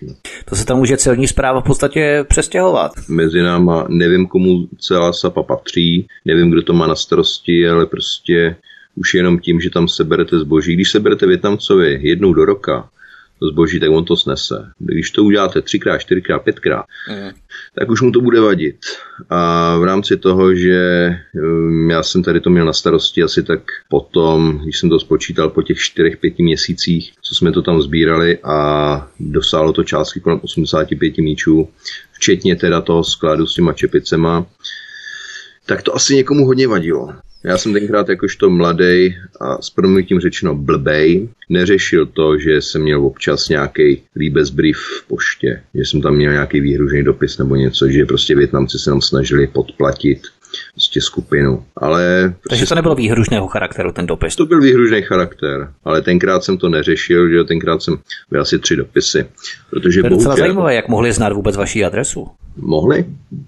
To se tam může celní správa v podstatě přestěhovat. Mezi náma nevím, komu celá Sapa patří, nevím, kdo to má na starosti, ale prostě už jenom tím, že tam seberete zboží. Když seberete Vietnamcovi jednou do roka to zboží, tak on to snese. Když to uděláte třikrát, čtyřikrát, pětkrát, mm. tak už mu to bude vadit. A v rámci toho, že já jsem tady to měl na starosti asi tak potom, když jsem to spočítal po těch čtyřech, pěti měsících, co jsme to tam sbírali a dosáhlo to částky kolem osmdesát pět míčů, včetně teda toho skladu s těma čepicema, tak to asi někomu hodně vadilo. Já jsem tenkrát jakožto mladej a s prominutím řečeno blbej neřešil to, že jsem měl občas nějaký líbezbrief v poště, že jsem tam měl nějaký výhružný dopis nebo něco, že prostě Vietnamci se nám snažili podplatit prostě skupinu. Ale Takže prostě to nebylo výhružného charakteru, ten dopis? To byl výhružný charakter, ale tenkrát jsem to neřešil, že tenkrát jsem byl asi tři dopisy. Protože to je docela zajímavé, jak mohli znát vůbec vaši adresu? Mohli,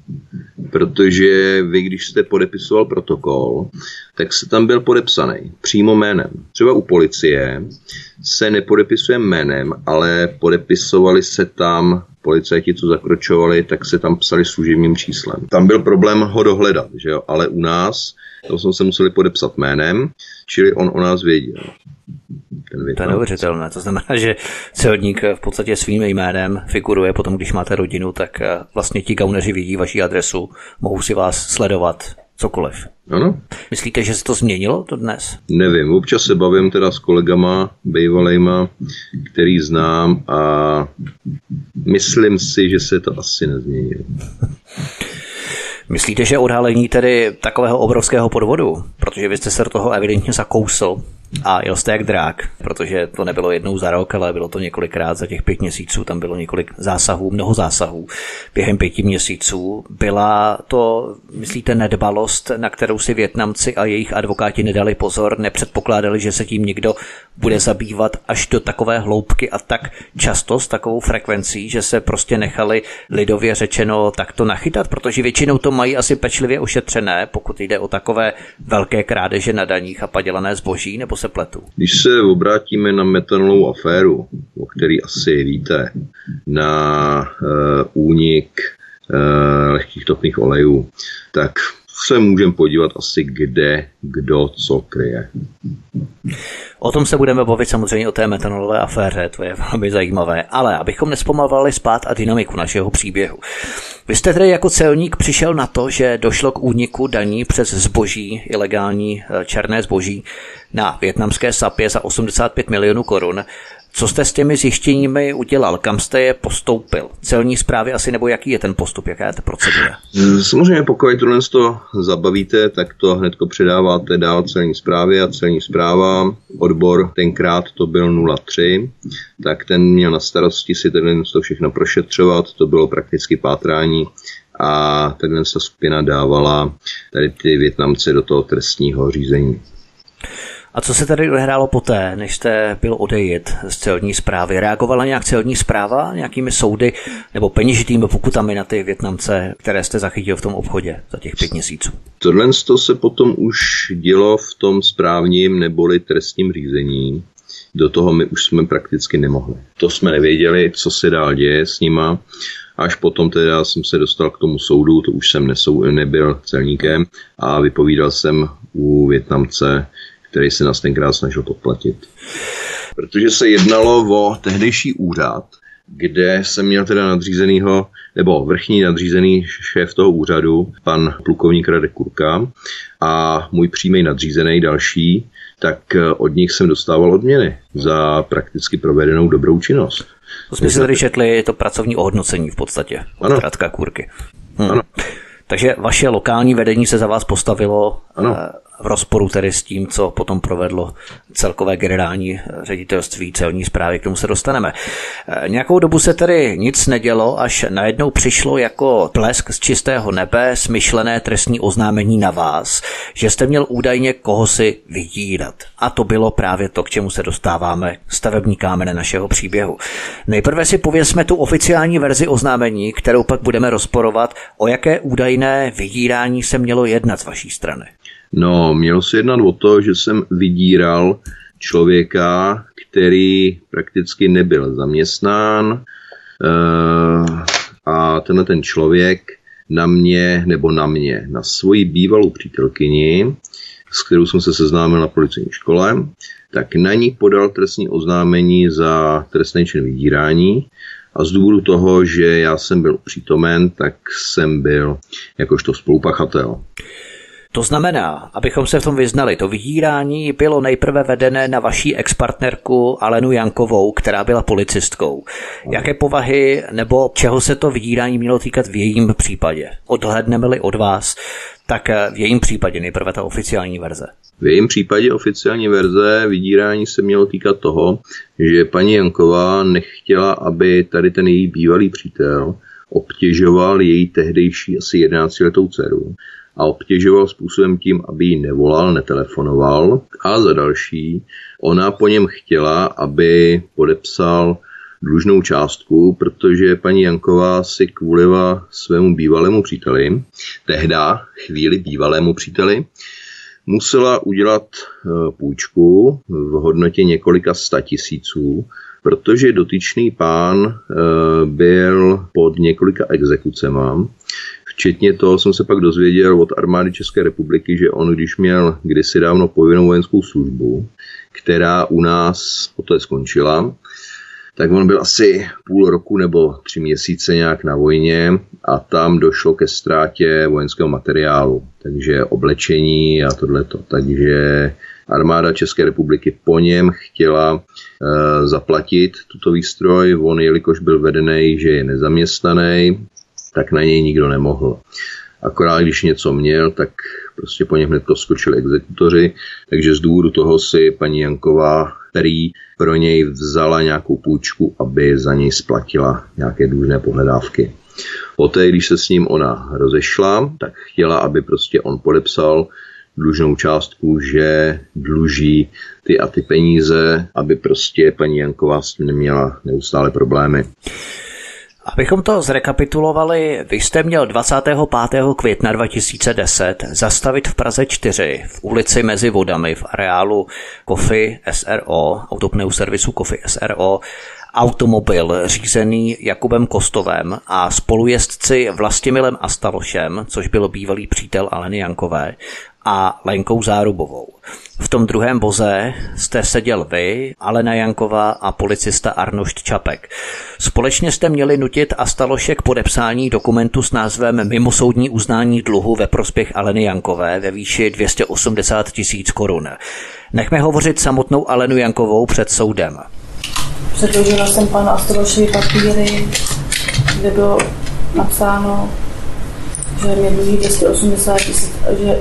protože vy, když jste podepisoval protokol, tak se tam byl podepsaný přímo jménem. Třeba u policie se nepodepisuje jménem, ale podepisovali se tam policajti, co zakročovali, tak se tam psali služebním číslem. Tam byl problém ho dohledat, že jo? Ale u nás to jsme se museli podepsat jménem, čili on o nás věděl. To je neuvěřitelné. To znamená, že celník v podstatě svým jménem figuruje potom, když máte rodinu, tak vlastně ti gauneři vidí vaši adresu, mohou si vás sledovat cokoliv. Ano. Myslíte, že se to změnilo to dnes? Nevím, občas se bavím teda s kolegama bývalejma, který znám a myslím si, že se to asi nezměnilo. Myslíte, že odhalení tedy takového obrovského podvodu, protože vy jste se do toho evidentně zakousl a jel jste jak drák, protože to nebylo jednou za rok, ale bylo to několikrát za těch pět měsíců, tam bylo několik zásahů, mnoho zásahů během pěti měsíců. Byla to, myslíte, nedbalost, na kterou si Vietnamci a jejich advokáti nedali pozor, nepředpokládali, že se tím někdo bude zabývat až do takové hloubky a tak často s takovou frekvencí, že se prostě nechali lidově řečeno takto nachytat, protože většinou to mají asi pečlivě ošetřené, pokud jde o takové velké krádeže na daních a padělané zboží, nebo se pletu? Když se obrátíme na metanolovou aféru, o který asi víte, na uh, únik uh, lehkých topných olejů, tak se můžeme podívat asi kde, kdo, co kryje. O tom se budeme bavit samozřejmě o té metanolové aféře, to je velmi zajímavé, ale abychom nespomalovali spát a dynamiku našeho příběhu. Vy jste tedy jako celník přišel na to, že došlo k úniku daní přes zboží, ilegální černé zboží na vietnamské Sapě za osmdesát pět milionů korun. Co jste s těmi zjištěními udělal? Kam jste je postoupil? Celní správy asi, nebo jaký je ten postup? Jaká je ta procedura? Samozřejmě, pokud tohle to zabavíte, tak to hnedko předáváte dál celní správě a celní správa, odbor tenkrát to byl nula tři, tak ten měl na starosti si tenhle to všechno prošetřovat, to bylo prakticky pátrání a tenhle ta skupina dávala tady ty Vietnamce do toho trestního řízení. A co se tady odehrálo poté, než jste byl odejít z celní správy? Reagovala nějak celní správa nějakými soudy nebo peněžitými pokutami na ty Vietnamce, které jste zachytil v tom obchodě za těch pět měsíců? Tohle se potom už dělo v tom správním neboli trestním řízení. Do toho my už jsme prakticky nemohli. To jsme nevěděli, co se dál děje s nima. Až potom teda jsem se dostal k tomu soudu, to už jsem nesou, nebyl celníkem a vypovídal jsem u Vietnamce, který se nás tenkrát snažil podplatit. Protože se jednalo o tehdejší úřad, kde jsem měl teda nadřízenýho, nebo vrchní nadřízený šéf toho úřadu, pan plukovník Radek Kurka, a můj přímý nadřízený další, tak od nich jsem dostával odměny za prakticky provedenou dobrou činnost. To jsme si tady četli, to pracovní ohodnocení v podstatě od Radka Kurky. Hm. Ano. Takže vaše lokální vedení se za vás postavilo ano. v rozporu tedy s tím, co potom provedlo celkové generální ředitelství celní správy, k tomu se dostaneme. Nějakou dobu se tedy nic nedělo, až najednou přišlo jako blesk z čistého nebe smyšlené trestní oznámení na vás, že jste měl údajně koho si vydírat. A to bylo právě to, k čemu se dostáváme, stavební kámene našeho příběhu. Nejprve si pověsme tu oficiální verzi oznámení, kterou pak budeme rozporovat, o jaké údajné vydírání se mělo jednat z vaší strany. No, mělo se jednat o to, že jsem vydíral člověka, který prakticky nebyl zaměstnán, A tenhle ten člověk na mě, nebo na mě, na svoji bývalou přítelkyni, s kterou jsem se seznámil na policejní škole, tak na ní podal trestní oznámení za trestný čin vydírání a z důvodu toho, že já jsem byl přítomen, tak jsem byl jakožto spolupachatel. To znamená, abychom se v tom vyznali, to vydírání bylo nejprve vedené na vaší expartnerku Alenu Jankovou, která byla policistkou. Jaké povahy nebo čeho se to vydírání mělo týkat v jejím případě? Odhlédneme-li od vás, tak v jejím případě nejprve ta oficiální verze. V jejím případě oficiální verze vydírání se mělo týkat toho, že paní Janková nechtěla, aby tady ten její bývalý přítel obtěžoval její tehdejší asi jedenáctiletou dceru a obtěžoval způsobem tím, aby jí nevolal, netelefonoval a za další, ona po něm chtěla, aby podepsal dlužnou částku, protože paní Janková si kvůli svému bývalému příteli, tehda chvíli bývalému příteli, musela udělat půjčku v hodnotě několika sta tisíců, protože dotyčný pán byl pod několika exekucema. Včetně toho jsem se pak dozvěděl od armády České republiky, že on, když měl kdysi dávno povinnou vojenskou službu, která u nás poté skončila, tak on byl asi půl roku nebo tři měsíce nějak na vojně a tam došlo ke ztrátě vojenského materiálu, takže oblečení a tohleto. Takže armáda České republiky po něm chtěla e, zaplatit tuto výstroj, on jelikož byl vedený, že je nezaměstnaný, tak na něj nikdo nemohl. Akorát když něco měl, tak prostě po něm hned skočili exekutoři, takže z důvodu toho si paní Janková, který pro něj vzala nějakou půjčku, aby za něj splatila nějaké dlužné pohledávky. Poté, když se s ním ona rozešla, tak chtěla, aby prostě on podepsal dlužnou částku, že dluží ty a ty peníze, aby prostě paní Janková s tím neměla neustále problémy. Abychom to zrekapitulovali, vy jste měl dvacátého pátého května dva tisíce deset zastavit v Praze čtyři v ulici Mezi vodami v areálu Coffee S R O, autopneuservisu Coffee S R O, automobil řízený Jakubem Kostovem a spolujezdci Vlastimilem Astalošem, což byl bývalý přítel Aleny Jankové, a Lenkou Zárubovou. V tom druhém voze jste seděl vy, Alena Janková a policista Arnošt Čapek. Společně jste měli nutit Astaloše k podepsání dokumentu s názvem Mimosoudní uznání dluhu ve prospěch Aleny Jankové ve výši dvě stě osmdesát tisíc korun. Nechme hovořit samotnou Alenu Jankovou před soudem. Předložila jsem panu Astalošovi papíry, kde bylo napsáno, že mě dluží dvě stě osmdesát tisíc a že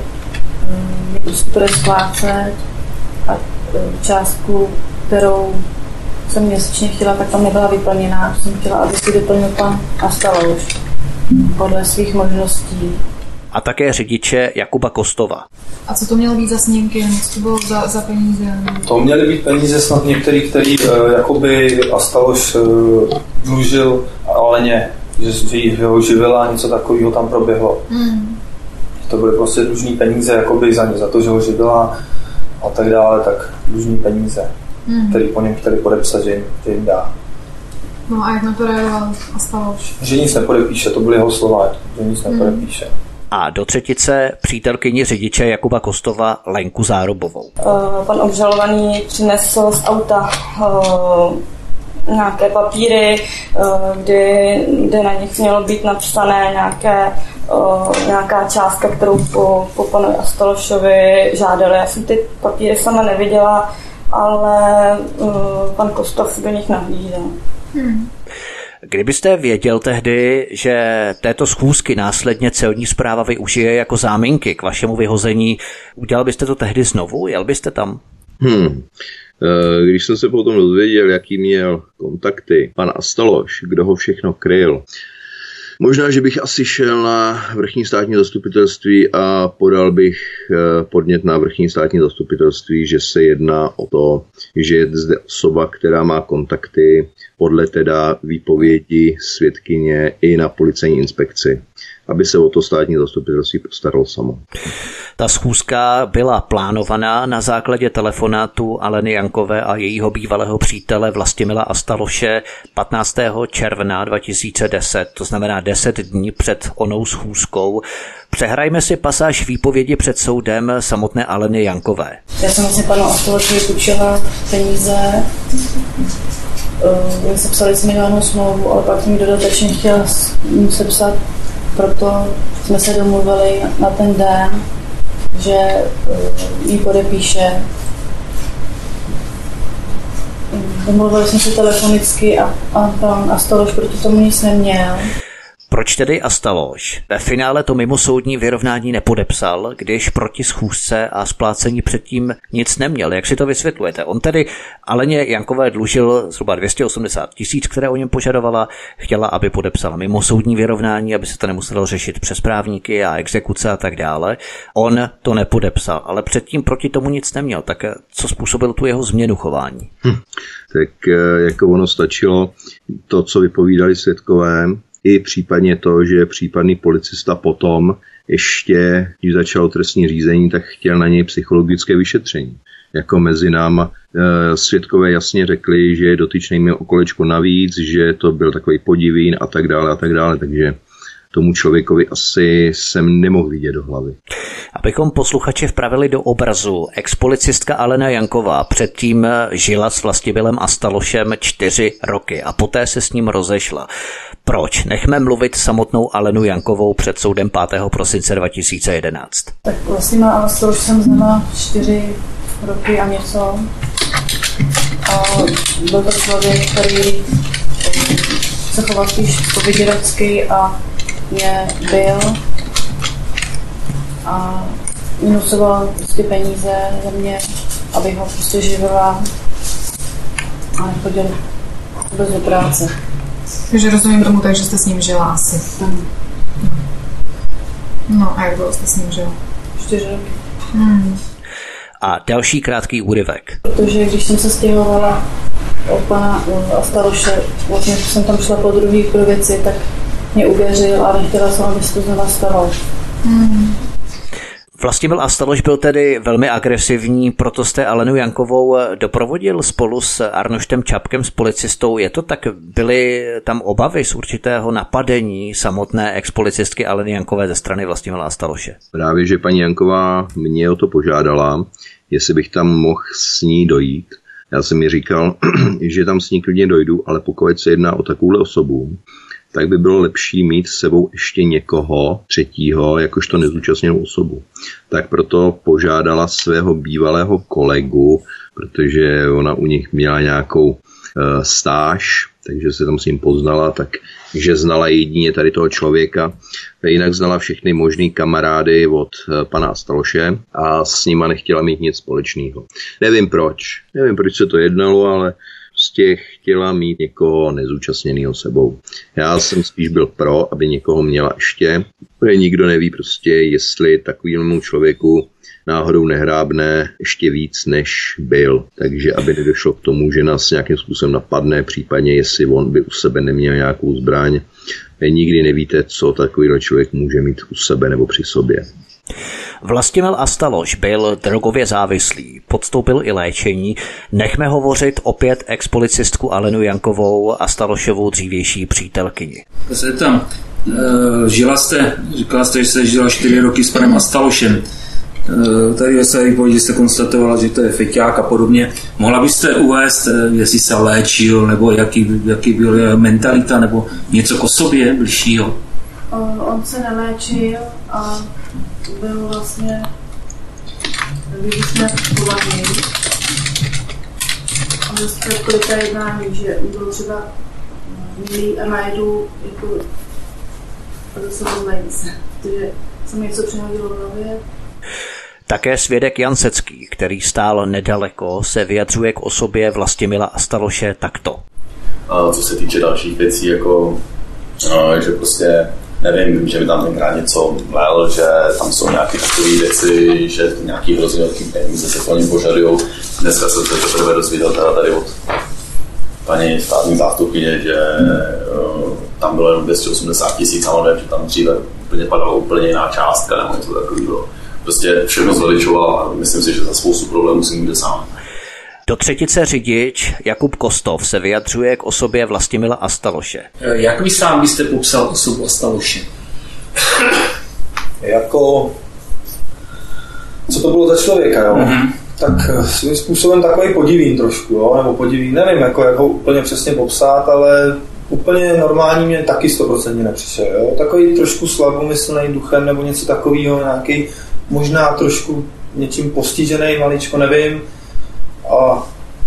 mě prostě bude splácet a částku, kterou jsem měsíčně chtěla, tak tam nebyla vyplněná. Jsem chtěla, aby si vyplnil pan Astaloš podle svých možností. A také řidiče Jakuba Kostova. A co to mělo být za snímky? Co to bylo za, za peníze? To měly být peníze snad některý, který uh, jakoby Astaloš uh, dlužil Aleně, že ho živila, něco takového tam proběhlo. Hmm. To byly prostě dlužní peníze jakoby za ně, za to, že ho živila a tak dále, tak dlužní peníze, hmm. který po něm chtěli podepsat, že jim, že jim dá. No a jak na to reagoval Astaloš? Že nic nepodepíše, to byly jeho slova, že nic hmm. nepodepíše. A do třetice přítelkyni řidiče Jakuba Kostova Lenku Zárubovou. Uh, pan obžalovaný přinesl z auta uh, nějaké papíry, uh, kdy, kdy na nich mělo být napsané nějaké, uh, nějaká částka, kterou po, po panu Astalošovi žádali. Já jsem ty papíry sama neviděla, ale uh, pan Kostov do nich nahlížel. Hmm. Kdybyste věděl tehdy, že této schůzky následně celní správa využije jako záminky k vašemu vyhození, udělal byste to tehdy znovu? Jel byste tam? Hmm. Když jsem se potom dozvěděl, jaký měl kontakty pan Astaloš, kdo ho všechno kryl, možná, že bych asi šel na vrchní státní zastupitelství a podal bych podnět na vrchní státní zastupitelství, že se jedná o to, že je zde osoba, která má kontakty podle teda výpovědi svědkyně i na policejní inspekci. aby se o to státní zastupitelství postaralo samo. Ta schůzka byla plánovaná na základě telefonátu Aleny Jankové a jejího bývalého přítele Vlastimila Astaloše patnáctého června dva tisíce deset, to znamená deset dní před onou schůzkou. Přehrajme si pasáž výpovědi před soudem samotné Aleny Jankové. Já jsem vlastně panu Astalošovi půjčila peníze, uh, sepsali jsme žádnou smlouvu, ale pak mi dodatečně chtěla sepsat, proto jsme se domluvili na ten den, že uh, jí podepíše. Domluvili jsme se telefonicky a, a pan Astaloš proti tomu nic neměl. Proč tedy Astaloš ve finále to mimosoudní vyrovnání nepodepsal, když proti schůzce a splácení předtím nic neměl? Jak si to vysvětlujete? On tedy Aleně Jankové dlužil zhruba dvě stě osmdesát tisíc, které o něm požadovala, chtěla, aby podepsala mimosoudní vyrovnání, aby se to nemuselo řešit přes právníky a exekuce a tak dále. On to nepodepsal, ale předtím proti tomu nic neměl. Tak co způsobil tu jeho změnu chování? Hm. Tak jako ono stačilo to, co vypovídali svědkové, i případně to, že případný policista potom ještě, když začalo trestní řízení, tak chtěl na něj psychologické vyšetření. Jako mezi náma e, svědkové jasně řekli, že dotyčný měl o kolečko navíc, že to byl takový podivín a tak dále a tak dále, takže tomu člověkovi asi jsem nemohl vidět do hlavy. Abychom posluchače vpravili do obrazu, expolicistka Alena Janková předtím žila s Vlastimilem Astalošem čtyři roky a poté se s ním rozešla. Proč? Nechme mluvit samotnou Alenu Jankovou před soudem pátého prosince dva tisíce jedenáct. Tak Vlastimila Astaloš jsem znala čtyři roky a něco. A byl to člověk, který se choval spíš povyděračsky a mě byl a minusoval prostě peníze za mě, abych ho prostě živila a nechodil vůbec do práce. Takže rozumím tomu tak, že jste s ním žila asi. Hmm. No a jak dlouho jste s ním žila? Čtyři roky. Hmm. A další krátký úryvek. Protože když jsem se stěhovala od pana Astaloše, vlastně jsem tam šla po druhý pro věci, tak mě uvěřil a nechtěla jsem, aby se to znova stalo. Hmm. Vlastimil Astaloš byl tedy velmi agresivní, proto jste Alenu Jankovou doprovodil spolu s Arnoštem Čapkem, s policistou. Je to tak, byly tam obavy z určitého napadení samotné expolicistky Aleny Jankové ze strany Vlastimila Astaloše? Právě, že paní Janková mě o to požádala, jestli bych tam mohl s ní dojít. Já jsem mi říkal, že tam s ní klidně dojdu, ale pokud se jedná o takovouhle osobu, tak by bylo lepší mít s sebou ještě někoho třetího, jakožto nezúčastněnou osobu. Tak proto požádala svého bývalého kolegu, protože ona u nich měla nějakou e, stáž, takže se tam s ním poznala, takže znala jedině tady toho člověka. Jinak znala všechny možný kamarády od e, pana Astaloše a s nima nechtěla mít nic společného. Nevím proč. Nevím, proč se to jednalo, ale prostě chtěla mít někoho nezúčastněného sebou. Já jsem spíš byl pro, aby někoho měla ještě, protože nikdo neví prostě, jestli takovému člověku náhodou nehrábne ještě víc, než byl. Takže aby nedošlo k tomu, že nás nějakým způsobem napadne, případně jestli on by u sebe neměl nějakou zbraň. Nikdy nevíte, co takovýhle člověk může mít u sebe nebo při sobě. Vlastimil Astaloš byl drogově závislý, podstoupil i léčení. Nechme hovořit opět expolicistku Alenu Jankovou, Astalošovou dřívější přítelkyni. Se tam, e, žila jste, říkala jste, že jste žila čtyři roky s panem Astalošem. E, tady ve své výpovědi jste konstatovala, že to je feťák a podobně. Mohla byste uvést, jestli se léčil, nebo jaký, jaký byl mentalita, nebo něco k osobě bližšího? On se neléčil a byl vlastně, když jsme považili a vlastně kolika jednání, že byl třeba milý a najednou jako a zase rozlejí se, protože se mi něco přihodilo v hlavě. Také svědek Jan Secký, který stál nedaleko, se vyjadřuje k osobě Vlastimila Astaloše takto. A co se týče dalších věcí, jako no, že prostě nevím, že mi tam tenkrát něco mlel, že tam jsou nějaké takové věci, že nějaký hrozně velký peníze se po něm požadujou. Dneska jsem se teprve dozvěděl teda tady od paní státní zástupkyně, že uh, tam bylo jenom dvě stě osmdesát tisíc, ale nevím, že tam dříve úplně padala úplně jiná částka nebo něco takového. Prostě všechno zveličoval a myslím si, že za spoustu problémů si může sám. Do třetice řidič Jakub Kostov se vyjadřuje k osobě Vlastimila Astaloše. Jak vy sám byste popsal osobu Astaloše? Jako... Co to bylo za člověka, jo? Mm-hmm. Tak svým způsobem takový podivín trošku, jo? Nebo podivín, nevím, jako, jak ho úplně přesně popsat, ale úplně normální mě taky sto procent nepřišel, jo? Takový trošku slabomyslný duchem nebo něco takového, nějaký možná trošku něčím postižený, maličko, nevím. A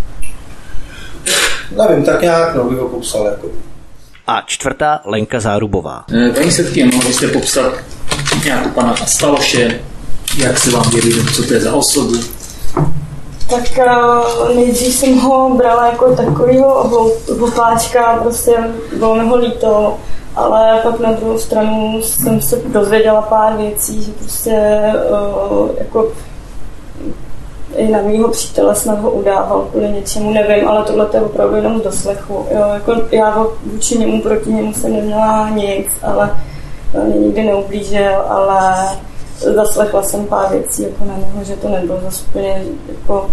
nevím, tak nějak, no, bych ho popsal, jako. A čtvrtá Lenka Zárubová. Paní Sedkyně, mohli byste popsat nějak pana Astaloše, jak se vám jeví, co to je za osobu? Tak uh, nejdřív jsem ho brala jako takovýho hlupáčka, prostě bylo mi ho líto, ale pak na druhou stranu jsem se dozvěděla pár věcí, že prostě uh, jako i na mýho přítele snad ho udával kvůli něčemu, nevím, ale tohle je opravdu jenom z doslechu. Jo, jako já vůči němu, proti němu jsem neměla nic, ale mě nikdy neublížil, ale zaslechla jsem pár věcí jako na něho, že to nebylo zase úplně jako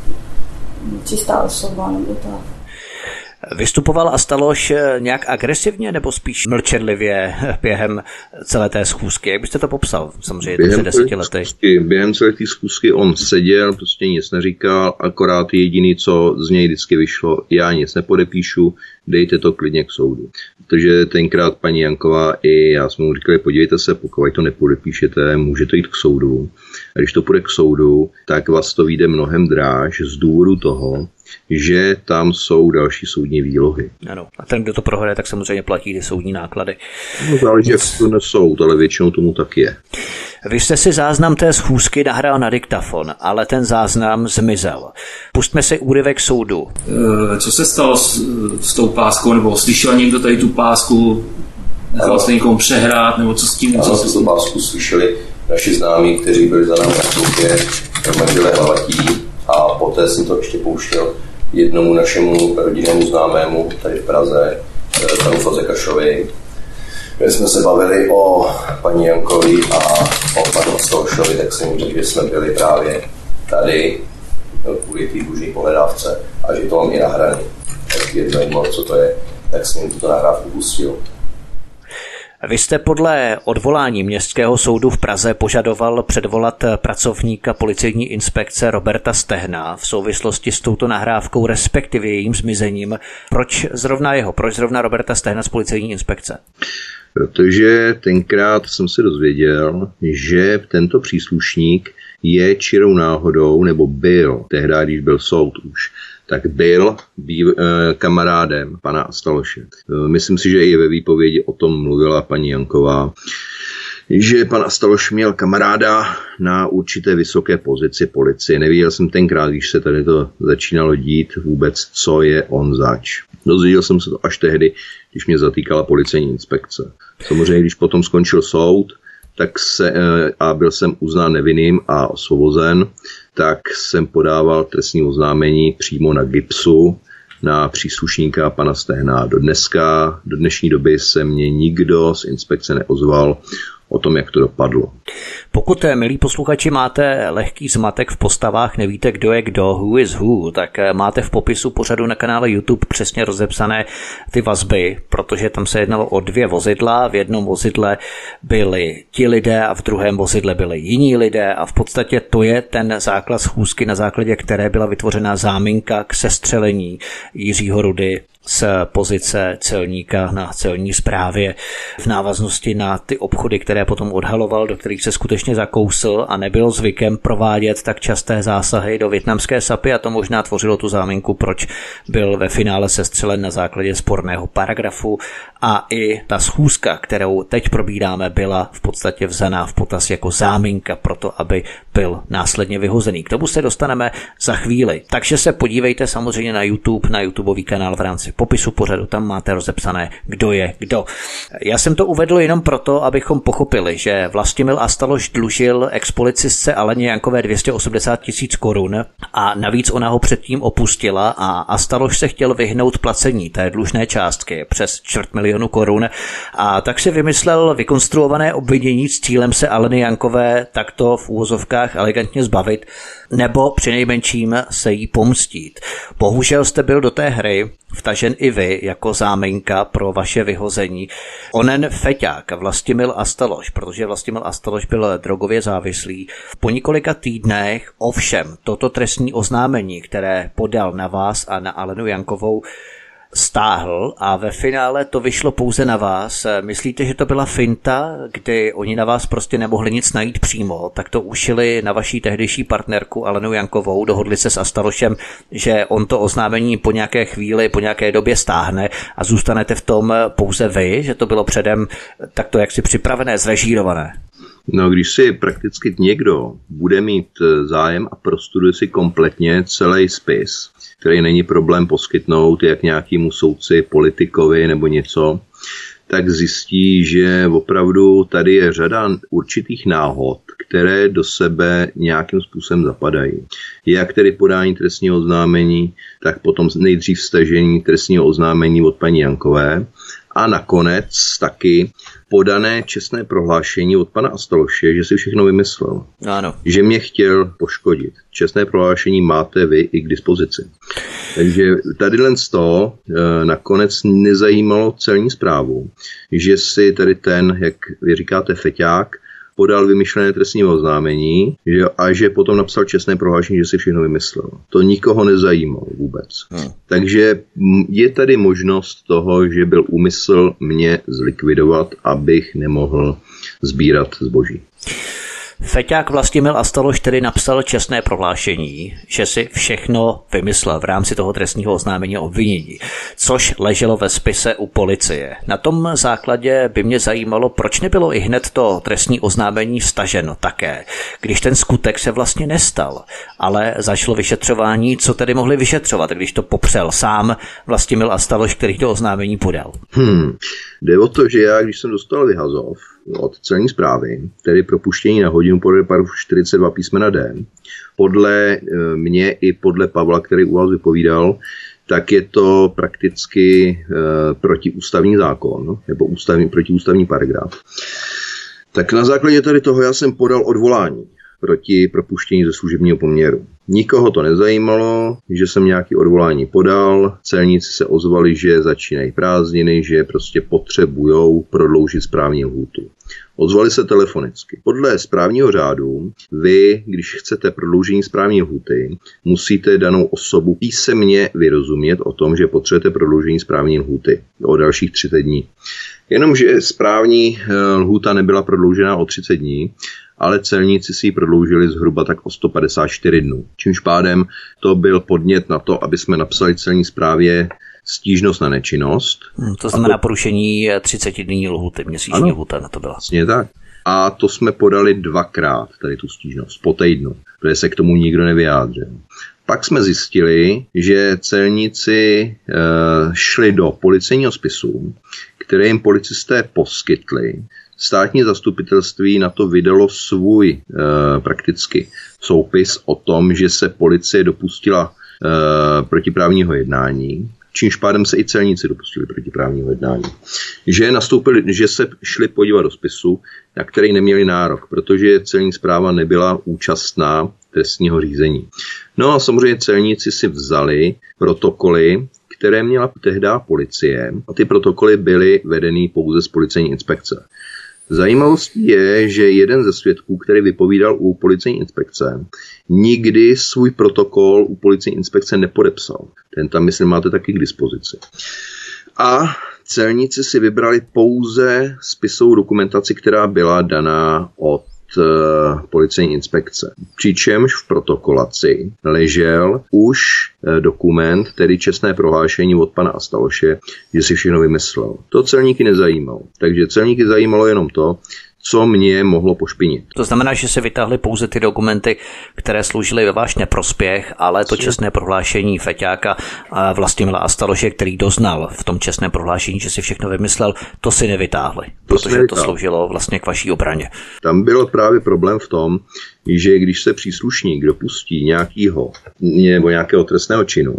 čistá osoba nebo tak. Vystupoval Astaloš nějak agresivně nebo spíš mlčenlivě během celé té schůzky? Jak byste to popsal? Samozřejmě během před deseti lety. Schůzky, během celé té schůzky on seděl, prostě nic neříkal, akorát jediný, co z něj vždycky vyšlo, já nic nepodepíšu, dejte to klidně k soudu. Protože tenkrát paní Janková i já jsme mu říkali, podívejte se, pokud to nepodepíšete, může to jít k soudu. A když to půjde k soudu, tak vás to vyjde mnohem dráž z důvodu toho, že tam jsou další soudní výlohy. Ano. A ten, kdo to prohraje, tak samozřejmě platí ty soudní náklady. No, záleží, jak to nesou, ale většinou tomu tak je. Vy jste si záznam té schůzky nahrál na diktafon, ale ten záznam zmizel. Pustme si úryvek soudu. Co se stalo s, s tou páskou, nebo slyšel někdo tady tu pásku, nechal jste někomu přehrát, nebo co s tím? Ano, co tu pásku slyšeli naši známí, kteří byli za námi na soudě, manželé Hlavatí, a poté jsem to ještě pouštěl jednomu našemu rodinnému známému tady v Praze, panu Fazekašovi, kde jsme se bavili o paní Jankovi a o panu Astalošovi, tak jsem řekl, že jsme byli právě tady kvůli té dlužné pohledávce a že to mám i nahraný. Tak je zajímavé, co to je, tak jsem jim tuto nahrávku pustil. Vy jste podle odvolání Městského soudu v Praze požadoval předvolat pracovníka policejní inspekce Roberta Stehna v souvislosti s touto nahrávkou, respektive jejím zmizením. Proč zrovna jeho? Proč zrovna Roberta Stehna z policejní inspekce? Protože tenkrát jsem se dozvěděl, že tento příslušník je čirou náhodou, nebo byl, tehdy, když byl soud už, tak byl býv, eh, kamarádem pana Astaloše. Eh, myslím si, že i ve výpovědi o tom mluvila paní Janková, že pan Astaloš měl kamaráda na určité vysoké pozici policie. Nevěděl jsem tenkrát, když se tady to začínalo dít, vůbec, co je on zač. Dozvěděl jsem se to až tehdy, když mě zatýkala policejní inspekce. Samozřejmě, když potom skončil soud, tak se, a byl jsem uznán nevinným a osvobozen, tak jsem podával trestní oznámení přímo na GIBSu na příslušníka pana Stehna. Do dneska, do dnešní doby se mě nikdo z inspekce neozval o tom, jak to dopadlo. Pokud, milí posluchači, máte lehký zmatek v postavách, nevíte, kdo je kdo, who is who, tak máte v popisu pořadu na kanále YouTube přesně rozepsané ty vazby, protože tam se jednalo o dvě vozidla. V jednom vozidle byli ti lidé a v druhém vozidle byli jiní lidé a v podstatě to je ten základ schůzky, na základě které byla vytvořena záminka k sestřelení Jiřího Rudy z pozice celníka na celní správě v návaznosti na ty obchody, které potom odhaloval, do kterých se skutečně zakousl a nebyl zvykem provádět tak časté zásahy do vietnamské sapy a to možná tvořilo tu záminku, proč byl ve finále sestřelen na základě sporného paragrafu a i ta schůzka, kterou teď probíráme, byla v podstatě vzaná v potaz jako záminka pro to, aby byl následně vyhozený. K tomu se dostaneme za chvíli. Takže se podívejte samozřejmě na YouTube, na YouTubeový kanál v rámci popisu pořadu, tam máte rozepsané, kdo je kdo. Já jsem to uvedl jenom proto, abychom pochopili, že Vlastimil Astaloš dlužil expolicistce Aleně Jankové dvě stě osmdesát tisíc korun a navíc ona ho předtím opustila a Astaloš se chtěl vyhnout placení té dlužné částky přes čtvrt milionu korun a tak si vymyslel vykonstruované obvinění s cílem se Aleny Jankové takto v úvozovkách elegantně zbavit nebo přinejmenším se jí pomstít. Bohužel jste byl do té hry vtažen i vy jako záminka pro vaše vyhození. Onen feťák Vlastimil Astaloš, protože Vlastimil Astaloš byl drogově závislý. Po několika týdnech ovšem toto trestní oznámení, které podal na vás a na Alenu Jankovou, stáhl a ve finále to vyšlo pouze na vás. Myslíte, že to byla finta, kdy oni na vás prostě nemohli nic najít přímo, tak to ušili na vaší tehdejší partnerku Alenu Jankovou, dohodli se s Astalošem, že on to oznámení po nějaké chvíli, po nějaké době stáhne a zůstanete v tom pouze vy, že to bylo předem takto jaksi připravené, zrežírované? No, když si prakticky někdo bude mít zájem a prostuduje si kompletně celý spis, který není problém poskytnout jak nějakému soudci, politikovi nebo něco, tak zjistí, že opravdu tady je řada určitých náhod, které do sebe nějakým způsobem zapadají. Jak tedy podání trestního oznámení, tak potom nejdřív stažení trestního oznámení od paní Jankové a nakonec taky podané čestné prohlášení od pana Astaloše, že si všechno vymyslel. Ano. Že mě chtěl poškodit. Čestné prohlášení máte vy i k dispozici. Takže tadyhle z toho e, nakonec nezajímalo celní správu, že si tady ten, jak vy říkáte, feťák, podal vymyšlené trestní oznámení, že, a že potom napsal čestné prohlášení, že si všechno vymyslel. To nikoho nezajímalo vůbec. Hmm. Takže je tady možnost toho, že byl úmysl mě zlikvidovat, abych nemohl sbírat zboží. Feťák Vlastimil Astaloš tedy napsal čestné prohlášení, že si všechno vymyslel v rámci toho trestního oznámení o obvinění, což leželo ve spise u policie. Na tom základě by mě zajímalo, proč nebylo i hned to trestní oznámení staženo také, když ten skutek se vlastně nestal, ale začalo vyšetřování, co tedy mohli vyšetřovat, když to popřel sám Vlastimil Astaloš, který to oznámení podal. Hmm. Jde o to, že já, když jsem dostal vyhazov od celní správy, tedy propuštění na hodinu podle paragrafu čtyřicet dva písmena D, podle mě i podle Pavla, který u vás vypovídal, tak je to prakticky e, protiústavní zákon, nebo ústavní, protiústavní paragraf. Tak na základě tady toho já jsem podal odvolání proti propuštění ze služebního poměru. Nikoho to nezajímalo, že jsem nějaký odvolání podal, celníci se ozvali, že začínají prázdniny, že prostě potřebujou prodloužit správní lhůtu. Ozvali se telefonicky. Podle správního řádu vy, když chcete prodloužení správní lhůty, musíte danou osobu písemně vyrozumět o tom, že potřebujete prodloužení správní lhůty o dalších třicet dní. Jenomže správní lhůta nebyla prodloužena o třicet dní, ale celníci si ji prodloužili zhruba tak o sto padesát čtyři dnů. Čímž pádem to byl podnět na to, aby jsme napsali celní správě stížnost na nečinnost. Hmm, to znamená to... porušení třicetidenní lhůty, měsíční lhůta na to byla. Vlastně tak. A to jsme podali dvakrát, tady tu stížnost, po týdnu, protože se k tomu nikdo nevyjádřil. Pak jsme zjistili, že celníci e, šli do policejního spisu, které jim policisté poskytli. Státní zastupitelství na to vydalo svůj e, prakticky soupis o tom, že se policie dopustila e, protiprávního jednání, čímž pádem se i celníci dopustili protiprávního jednání. Že nastoupili, že se šli podívat do spisu, na který neměli nárok, protože celní správa nebyla účastná trestního řízení. No a samozřejmě celníci si vzali protokoly, které měla tehdy policie, a ty protokoly byly vedeny pouze z policejní inspekce. Zajímavostí je, že jeden ze svědků, který vypovídal u policejní inspekce, nikdy svůj protokol u policejní inspekce nepodepsal. Ten tam, myslím, máte taky k dispozici. A celníci si vybrali pouze spisovou dokumentaci, která byla daná od uh, policejní inspekce. Přičemž v protokolaci ležel už uh, dokument, tedy čestné prohlášení od pana Astaloše, že si všechno vymyslel. To celníky nezajímalo. Takže celníky zajímalo jenom to, co mě mohlo pošpinit. To znamená, že se vytáhli pouze ty dokumenty, které sloužily ve váš neprospěch, ale to čestné prohlášení feťáka Vlastimila Astaloše, který doznal v tom čestném prohlášení, že si všechno vymyslel, to si nevytáhli, to protože nevytáhli. To sloužilo vlastně k vaší obraně. Tam byl právě problém v tom, že když se příslušník dopustí nějakého nebo nějakého trestného činu,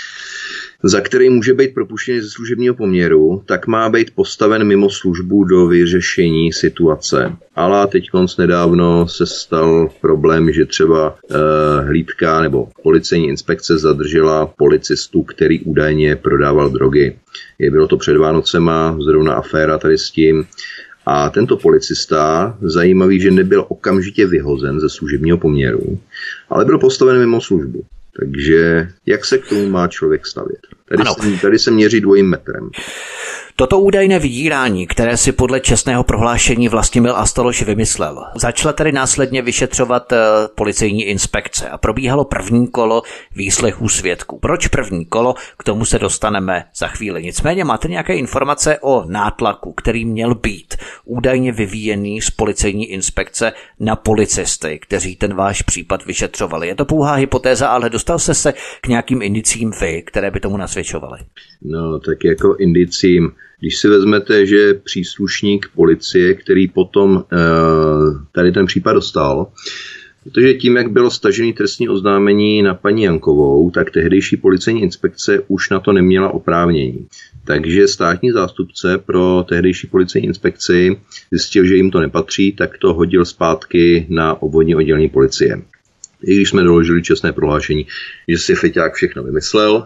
za který může být propuštěný ze služebního poměru, tak má být postaven mimo službu do vyřešení situace. Ale teď konc nedávno se stal problém, že třeba eh, hlídka nebo policejní inspekce zadržela policistu, který údajně prodával drogy. Je bylo to před Vánocema, zrovna aféra tady s tím. A tento policista, zajímavý, že nebyl okamžitě vyhozen ze služebního poměru, ale byl postaven mimo službu. Takže jak se k tomu má člověk stavět? Tady, se, tady se měří dvojím metrem. Toto údajné vydírání, které si podle čestného prohlášení Vlastimil Astaloš vymyslel, začala tedy následně vyšetřovat uh, policejní inspekce a probíhalo první kolo výslechů svědků. Proč první kolo? K tomu se dostaneme za chvíli. Nicméně máte nějaké informace o nátlaku, který měl být údajně vyvíjený z policejní inspekce na policisty, kteří ten váš případ vyšetřovali. Je to pouhá hypotéza, ale dostal jste se k nějakým indicím vy, které by tomu nasvědčovaly? No, tak jako indicím, když si vezmete, že příslušník policie, který potom e, tady ten případ dostal, protože tím, jak bylo stažené trestní oznámení na paní Jankovou, tak tehdejší policejní inspekce už na to neměla oprávnění. Takže státní zástupce pro tehdejší policejní inspekci zjistil, že jim to nepatří, tak to hodil zpátky na obvodní oddělení policie. I když jsme doložili čestné prohlášení, že si feťák všechno vymyslel,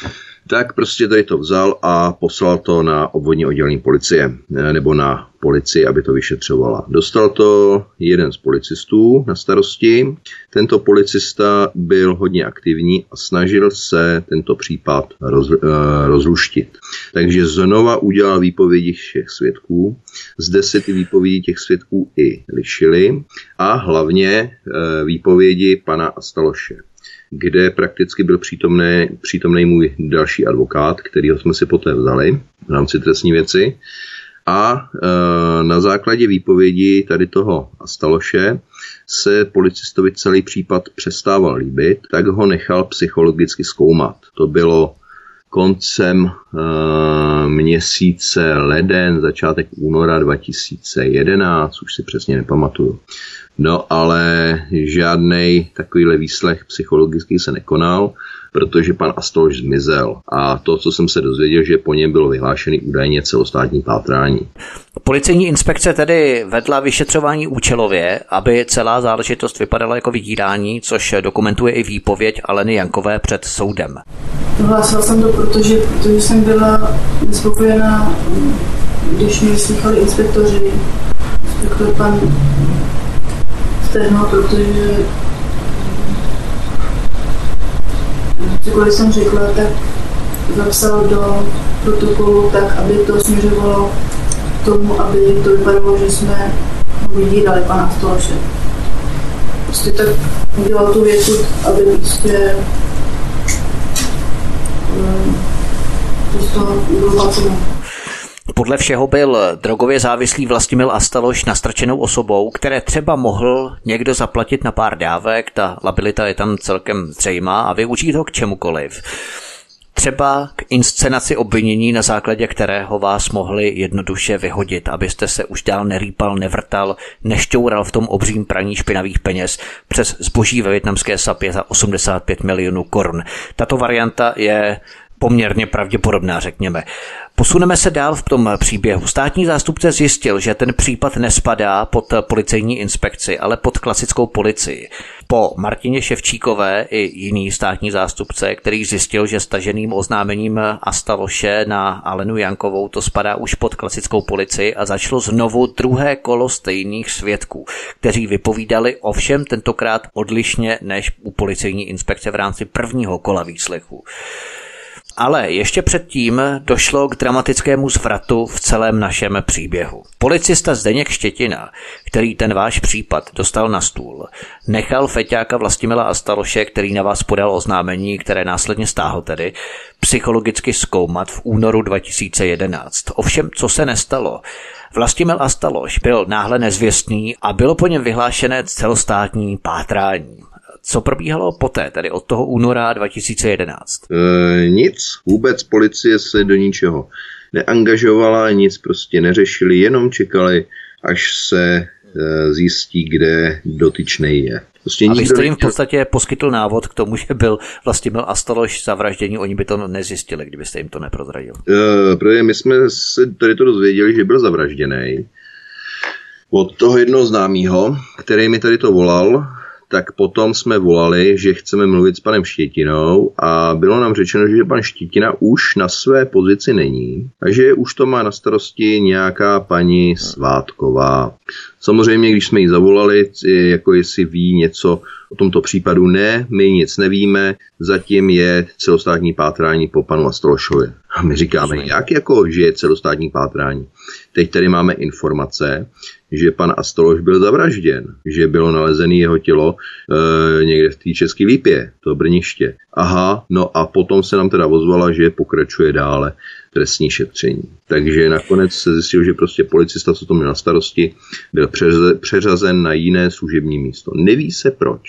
tak prostě tady to vzal a poslal to na obvodní oddělení policie, nebo na policii, aby to vyšetřovala. Dostal to jeden z policistů na starosti. Tento policista byl hodně aktivní a snažil se tento případ roz, rozluštit. Takže znova udělal výpovědi všech svědků. Zde se ty výpovědi těch svědků i lišily a hlavně výpovědi pana Astaloše, kde prakticky byl přítomný, přítomný můj další advokát, kterýho jsme si poté vzali v rámci trestní věci. A e, na základě výpovědi tady toho Astaloše se policistovi celý případ přestával líbit, tak ho nechal psychologicky zkoumat. To bylo koncem e, měsíce leden, začátek února dva tisíce jedenáct, už si přesně nepamatuju. No ale žádnej takovýhle výslech psychologický se nekonal, protože pan Astaloš zmizel. A to, co jsem se dozvěděl, že po něm bylo vyhlášený údajně celostátní pátrání. Policejní inspekce tedy vedla vyšetřování účelově, aby celá záležitost vypadala jako vydírání, což dokumentuje i výpověď Aleny Jankové před soudem. Hlásila jsem to, protože, protože jsem byla nespokojená, když mě vyslýchali inspektoři, inspektor pan Stehno, protože cokoliv jsem řekla, tak zapsal do protokolu tak, aby to směřovalo k tomu, aby to vypadalo, že jsme ho vydírali pana Astaloše. Prostě tak udělal tu věci, aby prostě to z toho udělal cenu. Podle všeho byl drogově závislý Vlastimil Astaloš nastrčenou osobou, které třeba mohl někdo zaplatit na pár dávek, ta labilita je tam celkem zřejmá a využít ho k čemukoliv. Třeba k inscenaci obvinění, na základě kterého vás mohli jednoduše vyhodit, abyste se už dál nerýpal, nevrtal, nešťoural v tom obřím praní špinavých peněz přes zboží ve vietnamské sapě za osmdesát pět milionů korun. Tato varianta je poměrně pravděpodobná, řekněme. Posuneme se dál v tom příběhu. Státní zástupce zjistil, že ten případ nespadá pod policejní inspekci, ale pod klasickou policii. Po Martině Ševčíkové i jiný státní zástupce, který zjistil, že staženým oznámením Astaloše na Alenu Jankovou to spadá už pod klasickou policii a začalo znovu druhé kolo stejných svědků, kteří vypovídali ovšem tentokrát odlišně než u policejní inspekce v rámci prvního kola výslechu. Ale ještě předtím došlo k dramatickému zvratu v celém našem příběhu. Policista Zdeněk Štětina, který ten váš případ dostal na stůl, nechal feťáka Vlastimila Astaloše, který na vás podal oznámení, které následně stáhl tedy, psychologicky zkoumat v únoru dva tisíce jedenáct. Ovšem, co se nestalo? Vlastimil Astaloš byl náhle nezvěstný a bylo po něm vyhlášené celostátní pátrání. Co probíhalo poté, tedy od toho února dva tisíce jedenáct? E, nic, vůbec policie se do ničeho neangažovala, nic prostě neřešili, jenom čekali, až se e, zjistí, kde dotyčnej je. Prostě a vy jste jim v podstatě poskytl návod k tomu, že byl Vlastimil Astaloš zavraždění, oni by to nezjistili, kdybyste jim to neprozradil. E, protože my jsme se tady to dozvěděli, že byl zavražděný od toho jednoho známého, který mi tady to volal. Tak potom jsme volali, že chceme mluvit s panem Štětinou a bylo nám řečeno, že pan Štětina už na své pozici není a že už to má na starosti nějaká paní Svátková. Samozřejmě, když jsme jí zavolali, jako jestli ví něco o tomto případu, ne, my nic nevíme, zatím je celostátní pátrání po panu Astalošovi. A my říkáme, jak jako, že je celostátní pátrání. Teď tady máme informace, že pan Astaloš byl zavražděn, že bylo nalezené jeho tělo e, někde v té České Lípě, to Brniště. Aha, no a potom se nám teda ozvala, že pokračuje dále trestní šetření. Takže nakonec se zjistil, že prostě policista, co to měl na starosti, byl přeřazen na jiné služební místo. Neví se proč.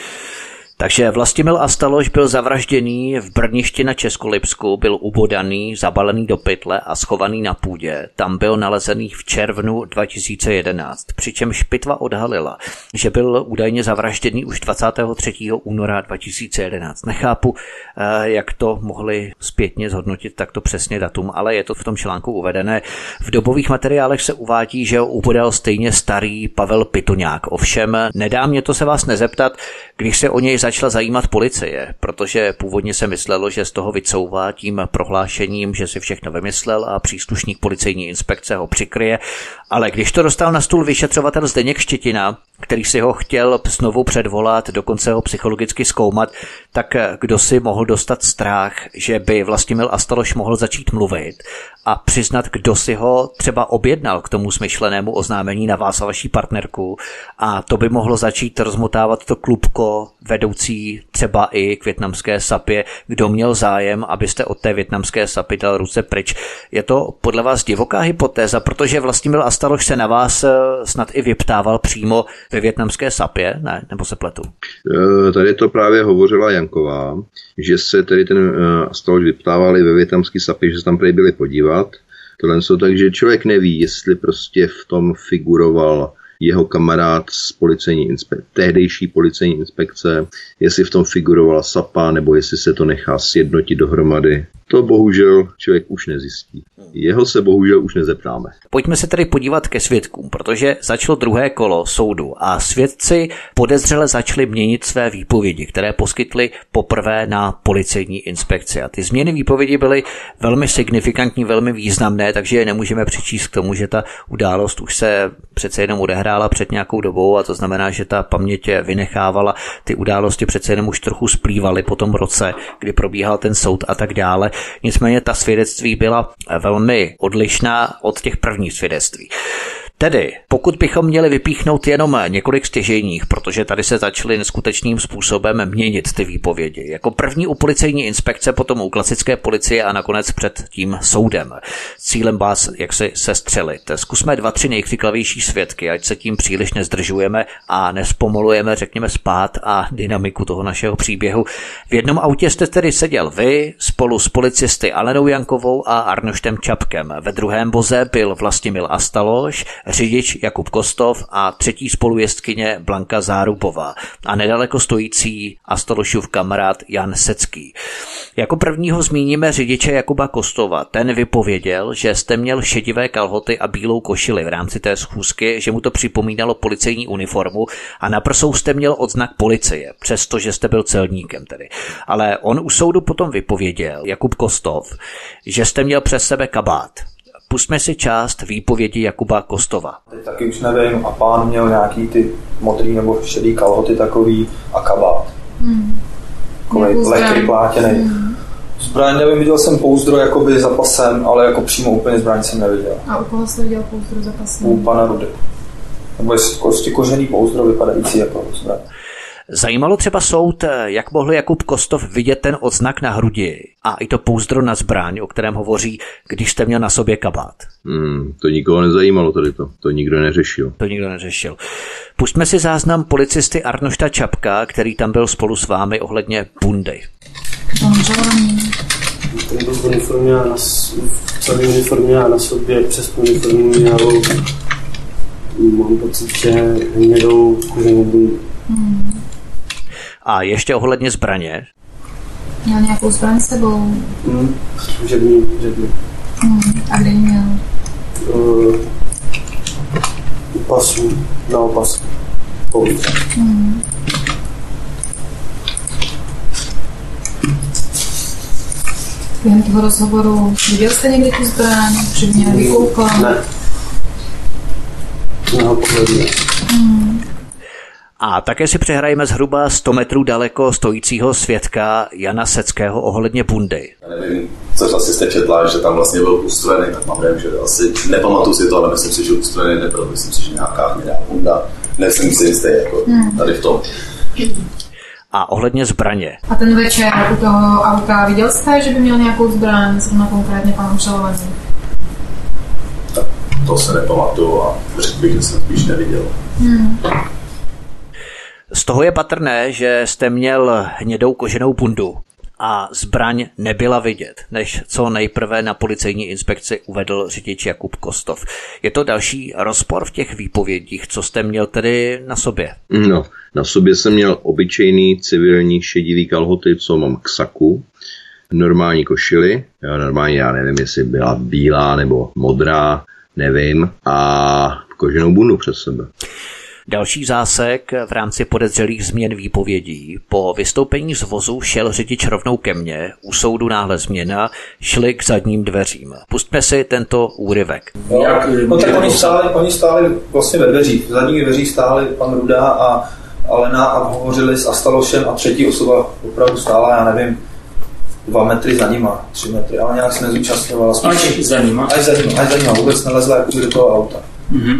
Takže Vlastimil Astaloš byl zavražděný v Brništi na Českolipsku, byl ubodaný, zabalený do pytle a schovaný na půdě. Tam byl nalezený v červnu dva tisíce jedenáct, přičemž pitva odhalila, že byl údajně zavražděný už dvacátého třetího února dva tisíce jedenáct. Nechápu, jak to mohli zpětně zhodnotit takto přesně datum, ale je to v tom článku uvedené. V dobových materiálech se uvádí, že ho ubodal stejně starý Pavel Pitoňák. Ovšem, nedá mě to se vás nezeptat, když se o něj začala zajímat policie, protože původně se myslelo, že z toho vycouvá tím prohlášením, že si všechno vymyslel a příslušník policejní inspekce ho přikryje, ale když to dostal na stůl vyšetřovatel Zdeněk Štětina, který si ho chtěl znovu předvolat, dokonce ho psychologicky zkoumat, tak kdo si mohl dostat strach, že by Vlastimil Astaloš mohl začít mluvit a přiznat, kdo si ho třeba objednal k tomu smyšlenému oznámení na vás a vaší partnerku, a to by mohlo začít rozmotávat to klubko vedoucí třeba i k vietnamské sapě, kdo měl zájem, abyste od té vietnamské sapy dal ruce pryč. Je to podle vás divoká hypotéza, protože Vlastimil Astaloš se na vás snad i vyptával přímo ve vietnamské sapě, ne? Nebo se pletu? Tady to právě hovořila Janková, že se tedy ten Astaloš vyptával i ve vietnamské sapě, že se tam prý byli podívat. Tohle jsou, takže člověk neví, jestli prostě v tom figuroval jeho kamarád z policejní inspe- tehdejší policejní inspekce, jestli v tom figurovala sapa, nebo jestli se to nechá sjednotit dohromady. To bohužel člověk už nezjistí. Jeho se bohužel už nezeptáme. Pojďme se tedy podívat ke svědkům, protože začalo druhé kolo soudu a svědci podezřele začali měnit své výpovědi, které poskytli poprvé na policejní inspekci. A ty změny výpovědi byly velmi signifikantní, velmi významné, takže je nemůžeme přičíst k tomu, že ta událost už se přece jenom odehrála před nějakou dobou, a to znamená, že ta paměť vynechávala, ty události přece jenom už trochu splývaly po tom roce, kdy probíhal ten soud a tak dále. Nicméně ta svědectví byla velmi odlišná od těch prvních svědectví. Tedy, pokud bychom měli vypíchnout jenom několik stěžejních, protože tady se začaly neskutečným způsobem měnit ty výpovědi. Jako první u policejní inspekce, potom u klasické policie a nakonec před tím soudem. Cílem vás, jak si sestřelit. Zkusme dva, tři nejkřiklavější svědky, ať se tím příliš nezdržujeme a nespomalujeme, řekněme, spát a dynamiku toho našeho příběhu. V jednom autě jste tedy seděl vy spolu s policisty Alenou Jankovou a Arnoštem Čapkem. Ve druhém voze byl Vlastimil Astaloš, řidič Jakub Kostov a třetí spolujezdkyně Blanka Zárubová a nedaleko stojící Astalošův kamarád Jan Secký. Jako prvního zmíníme řidiče Jakuba Kostova. Ten vypověděl, že jste měl šedivé kalhoty a bílou košili v rámci té schůzky, že mu to připomínalo policejní uniformu a na prsou jste měl odznak policie, přestože jste byl celníkem tedy. Ale on u soudu potom vypověděl, Jakub Kostov, že jste měl přes sebe kabát. Pusťme si část výpovědi Jakuba Kostova. Teď taky už nevím, a pán měl nějaký ty modrý nebo šedý kalhoty takový a kabát. Hmm. Takový lehký plátěnej. Hmm. Zbraň nevím, viděl jsem pouzdro jakoby za pasem, ale jako přímo úplně zbraň jsem neviděl. A u koho jste viděl pouzdro za pasem? U pana Rudy. Nebo je prostě kožený pouzdro vypadající jako zbraň. Zajímalo třeba soud, jak mohl Jakub Kostov vidět ten odznak na hrudi a i to pouzdro na zbraň, o kterém hovoří, když jste měl na sobě kabát. Hmm, to nikoho nezajímalo tady to. To nikdo neřešil. To nikdo neřešil. Pustme si záznam policisty Arnošta Čapka, který tam byl spolu s vámi ohledně bundy. Ten byl v uniformě a na, v celé uniformě a na sobě přes uniformu měl, mám pocit, že hnědou koženou bundu. Hmm. A ještě ohledně zbraně. Měl nějakou zbraň s sebou? Hmm, žební, žební. Hmm. A kde ji měl? Uh, u pasu, na opasu. Hmm. Během toho rozhovoru viděl jste někdy tu zbraň? Že mě vykoukal? Ne. Neho pohledu. Hmm. A také si přehrajeme zhruba sto metrů daleko stojícího svědka Jana Seckého ohledně bundy. Já nevím, co asi jste četla, že tam vlastně byl ustvojený, tak mám nevím, že asi nepamatuji si to, ale myslím si, že ustvojený nebyl, myslím si, že nějaká hnědá bunda. Nejsem si jistý, jako hmm. tady v tom. A ohledně zbraně. A ten večer u toho auta viděl jste, že by měl nějakou zbraň, zrovna konkrétně pan obžalovaný? Tak to se nepamatuju a řekl bych, že jsem spíš neviděl. Hmm. Z toho je patrné, že jste měl hnědou koženou bundu a zbraň nebyla vidět, než co nejprve na policejní inspekci uvedl řidič Jakub Kostov. Je to další rozpor v těch výpovědích, co jste měl tedy na sobě? No, na sobě jsem měl obyčejný civilní šedivý kalhoty, co mám k saku, normální košily, normálně já nevím, jestli byla bílá nebo modrá, nevím, a koženou bundu přes sebe. Další zásek v rámci podezřelých změn výpovědí. Po vystoupení z vozu šel řidič rovnou ke mně, u soudu náhle změna, šli k zadním dveřím. Pustme si tento úryvek. No, no tak oni stáli, oni stáli vlastně ve dveřích. V zadních dveřích stáli pan Ruda a Alena a hovořili s Astalošem a třetí osoba opravdu stála, já nevím, dva metry za nima, tři metry, ale nějak se nezúčastňovala. Až za nima? Až za nima, až za nima, vůbec nelezla jako do toho auta. Mm-hmm.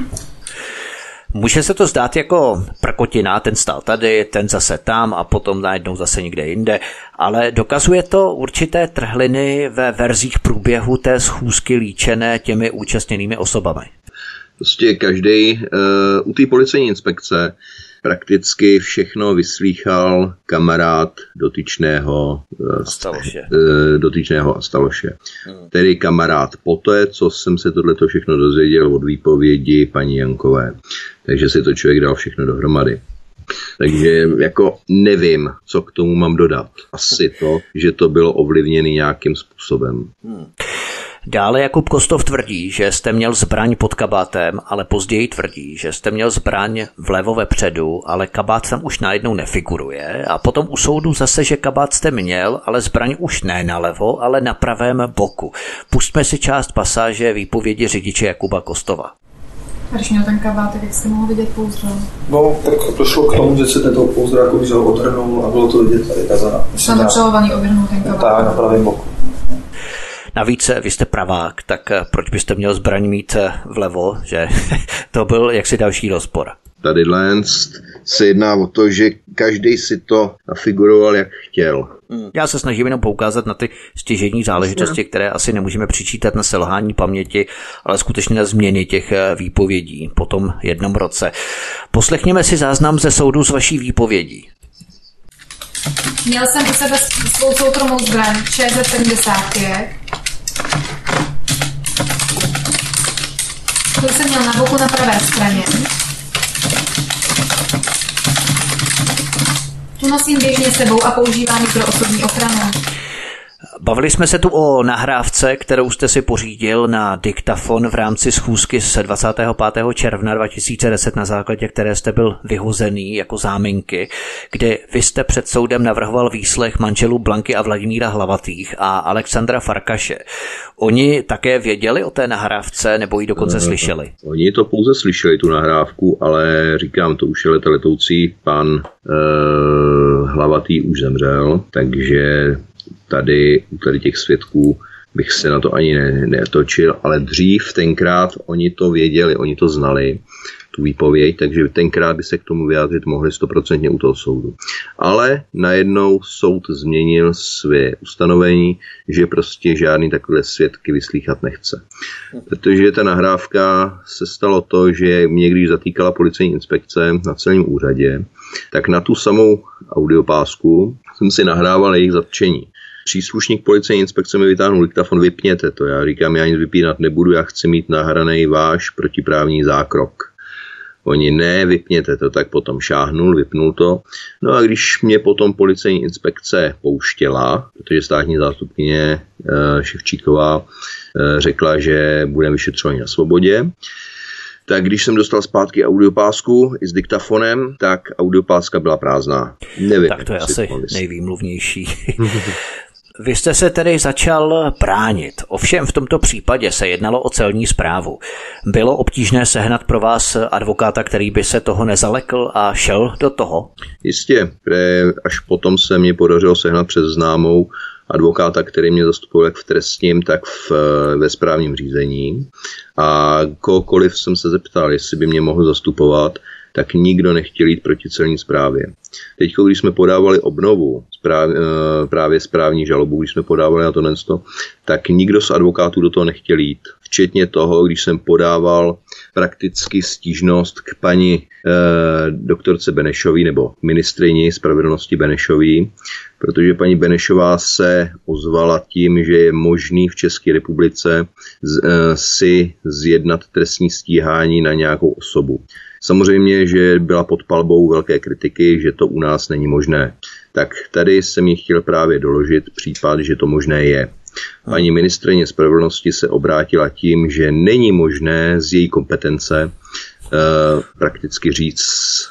Může se to zdát jako prkotina, ten stál tady, ten zase tam a potom najednou zase někde jinde, ale dokazuje to určité trhliny ve verzích průběhu té schůzky líčené těmi účastněnými osobami. Prostě každý uh, u té policejní inspekce prakticky všechno vyslýchal kamarád dotyčného Astaloše. Uh, dotyčného Astaloše. Hmm. Tedy kamarád poté, co jsem se tohleto všechno dozvěděl od výpovědi paní Jankové. Takže si to člověk dal všechno dohromady. Takže jako nevím, co k tomu mám dodat. Asi to, že to bylo ovlivněné nějakým způsobem. Hmm. Dále Jakub Kostov tvrdí, že jste měl zbraň pod kabátem, ale později tvrdí, že jste měl zbraň vlevo vepředu, ale kabát tam už najednou nefiguruje. A potom u soudu zase, že kabát jste měl, ale zbraň už ne nalevo, ale na pravém boku. Pustme si část pasáže výpovědi řidiče Jakuba Kostova. A když měl ten kabátek, jak jste mohl vidět pouzdro? No, tak došlo k tomu, že se tento pouzdro jako když ho odhrnul a bylo to vidět tady ta zana. Tam obžalovaný odhrnul ten kabátek. Tak, na pravém boku. Navíc vy jste pravák, tak proč byste měl zbraň mít vlevo, že to byl jaksi další rozpor. Tady se jedná o to, že každý si to nafiguroval, jak chtěl. Já se snažím jenom poukázat na ty stěžejní záležitosti, které asi nemůžeme přičítat na selhání paměti, ale skutečně na změny těch výpovědí po tom jednom roce. Poslechněme si záznam ze soudu z vaší výpovědí. Měl jsem u sebe svou soukromou zbraň Č Z sedmdesát pět. Tu jsem měl na boku na pravé straně. Tu nosím běžně sebou a používám ji pro osobní ochranu. Bavili jsme se tu o nahrávce, kterou jste si pořídil na diktafon v rámci schůzky z dvacátého pátého června dva tisíce deset, na základě které jste byl vyhozený jako záminky, kde vy jste před soudem navrhoval výslech manželů Blanky a Vladimíra Hlavatých a Alexandra Farkaše. Oni také věděli o té nahrávce nebo ji dokonce slyšeli? Oni to pouze slyšeli, tu nahrávku, ale říkám, to už je letoucí pan uh, Hlavatý už zemřel, takže tady u tady těch svědků bych se na to ani ne, netočil, ale dřív tenkrát oni to věděli, oni to znali, tu výpověď, takže tenkrát by se k tomu vyjádřit mohli stoprocentně u toho soudu. Ale najednou soud změnil své ustanovení, že prostě žádný takové svědky vyslýchat nechce. Protože ta nahrávka se stalo to, že mě když zatýkala policejní inspekce na celém úřadě, tak na tu samou audiopásku jsem si nahrával jejich zatčení. Příslušník policejní inspekce mi vytáhnul diktafon, vypněte to. Já říkám, já nic vypínat nebudu, já chci mít nahraný váš protiprávní zákrok. Oni ne, vypněte to, tak potom šáhnul, vypnul to. No a když mě potom policejní inspekce pouštěla, protože státní zástupkyně Ševčíková řekla, že budeme vyšetřovat na svobodě, tak když jsem dostal zpátky audiopásku i s diktafonem, tak audiopáska byla prázdná. Nevím, tak to je asi nejvýmluvnější. Vy jste se tedy začal bránit. Ovšem v tomto případě se jednalo o celní správu. Bylo obtížné sehnat pro vás advokáta, který by se toho nezalekl a šel do toho? Jistě, až potom se mě podařilo sehnat přes známou advokáta, který mě zastupoval jak v trestním, tak v, ve správním řízení. A kohokoliv jsem se zeptal, jestli by mě mohl zastupovat, tak nikdo nechtěl jít proti celní správě. Teď, když jsme podávali obnovu, správ, právě správní žalobu, když jsme podávali na to nesto, tak nikdo z advokátů do toho nechtěl jít. Včetně toho, když jsem podával prakticky stížnost k paní eh, doktorce Benešové nebo ministryni spravedlnosti Benešové, protože paní Benešová se ozvala tím, že je možný v České republice z, eh, si zjednat trestní stíhání na nějakou osobu. Samozřejmě, že byla pod palbou velké kritiky, že to u nás není možné. Tak tady jsem jí chtěl právě doložit případ, že to možné je. Paní ministryně spravedlnosti se obrátila tím, že není možné z její kompetence uh, prakticky říct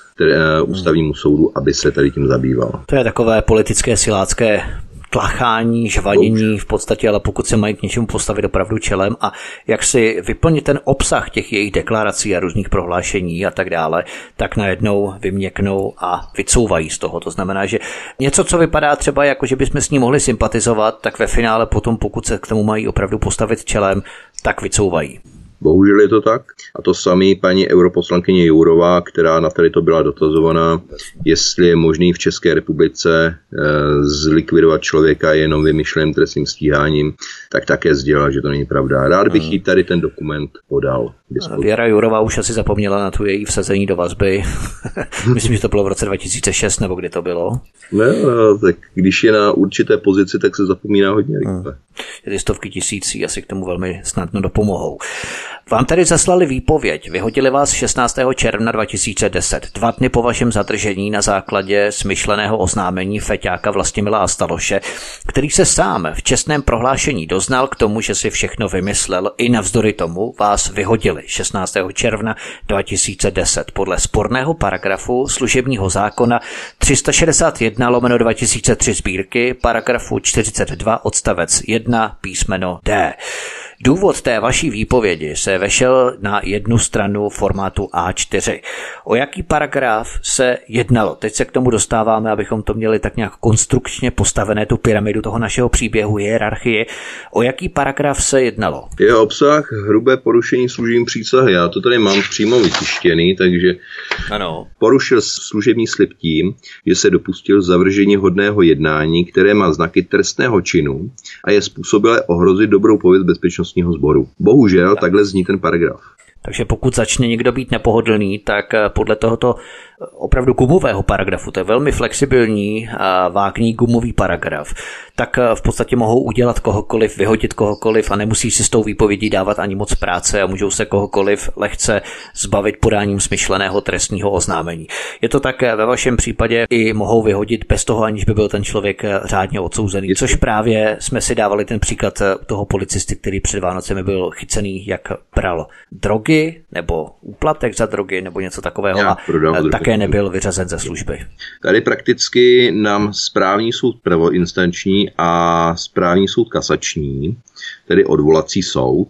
uh, ústavnímu soudu, aby se tady tím zabýval. To je takové politické silácké tlachání, žvanění v podstatě, ale pokud se mají k něčemu postavit opravdu čelem a jak si vyplnit ten obsah těch jejich deklarací a různých prohlášení a tak dále, tak najednou vyměknou a vycouvají z toho. To znamená, že něco, co vypadá třeba jako, že bychom s ní mohli sympatizovat, tak ve finále potom, pokud se k tomu mají opravdu postavit čelem, tak vycouvají. Bohužel je to tak. A to samý paní europoslankyně Jourová, která na tady to byla dotazovaná, jestli je možný v České republice e, zlikvidovat člověka jenom vymyšleným trestním stíháním, tak také sdělila, že to není pravda. Rád bych jí tady ten dokument podal. Věra Jourová už asi zapomněla na tu její vsazení do vazby. Myslím, že to bylo v roce dva tisíce šest, nebo kdy to bylo? Ne, no, tak když je na určité pozici, tak se zapomíná hodně rychle. Hmm. Ty stovky tisící asi k tomu velmi snadno dopomohou. Vám tady zaslali výpověď. Vyhodili vás šestnáctého června dva tisíce deset, dva dny po vašem zadržení na základě smyšleného oznámení feťáka Vlastimila Astaloše, který se sám v čestném prohlášení doznal k tomu, že si všechno vymyslel. I navzdory tomu vás vyhodili šestnáctého června dva tisíce deset podle sporného paragrafu služebního zákona tři sta šedesát jedna lomeno dva tisíce tři sbírky, paragrafu čtyřicet dva odstavec jedna písmeno D. Důvod té vaší výpovědi se vešel na jednu stranu formátu á čtyři. O jaký paragraf se jednalo? Teď se k tomu dostáváme, abychom to měli tak nějak konstrukčně postavené, tu pyramidu toho našeho příběhu, hierarchie. O jaký paragraf se jednalo? Je obsah hrubé porušení služební přísahy. Já to tady mám přímo vytištěný, takže ano. Porušil služební slib tím, že se dopustil zavržení hodného jednání, které má znaky trestného činu a je způsobilé ohrozit dobrou pověst bezpečnosti sboru. Bohužel, tak. Takhle zní ten paragraf. Takže pokud začne někdo být nepohodlný, tak podle tohoto opravdu gumového paragrafu, to je velmi flexibilní a vágní gumový paragraf, tak v podstatě mohou udělat kohokoliv, vyhodit kohokoliv a nemusí si s tou výpovědí dávat ani moc práce a můžou se kohokoliv lehce zbavit podáním smyšleného trestního oznámení. Je to tak ve vašem případě i mohou vyhodit bez toho, aniž by byl ten člověk řádně odsouzený, což právě jsme si dávali ten příklad toho policisty, který před Vánocemi byl chycený, jak bral drogy nebo úplatek za drogy nebo něco takového a také nebyl vyřazen ze služby. Tady prakticky nám správní soud prvoinstanční a správní soud kasační, tedy odvolací soud,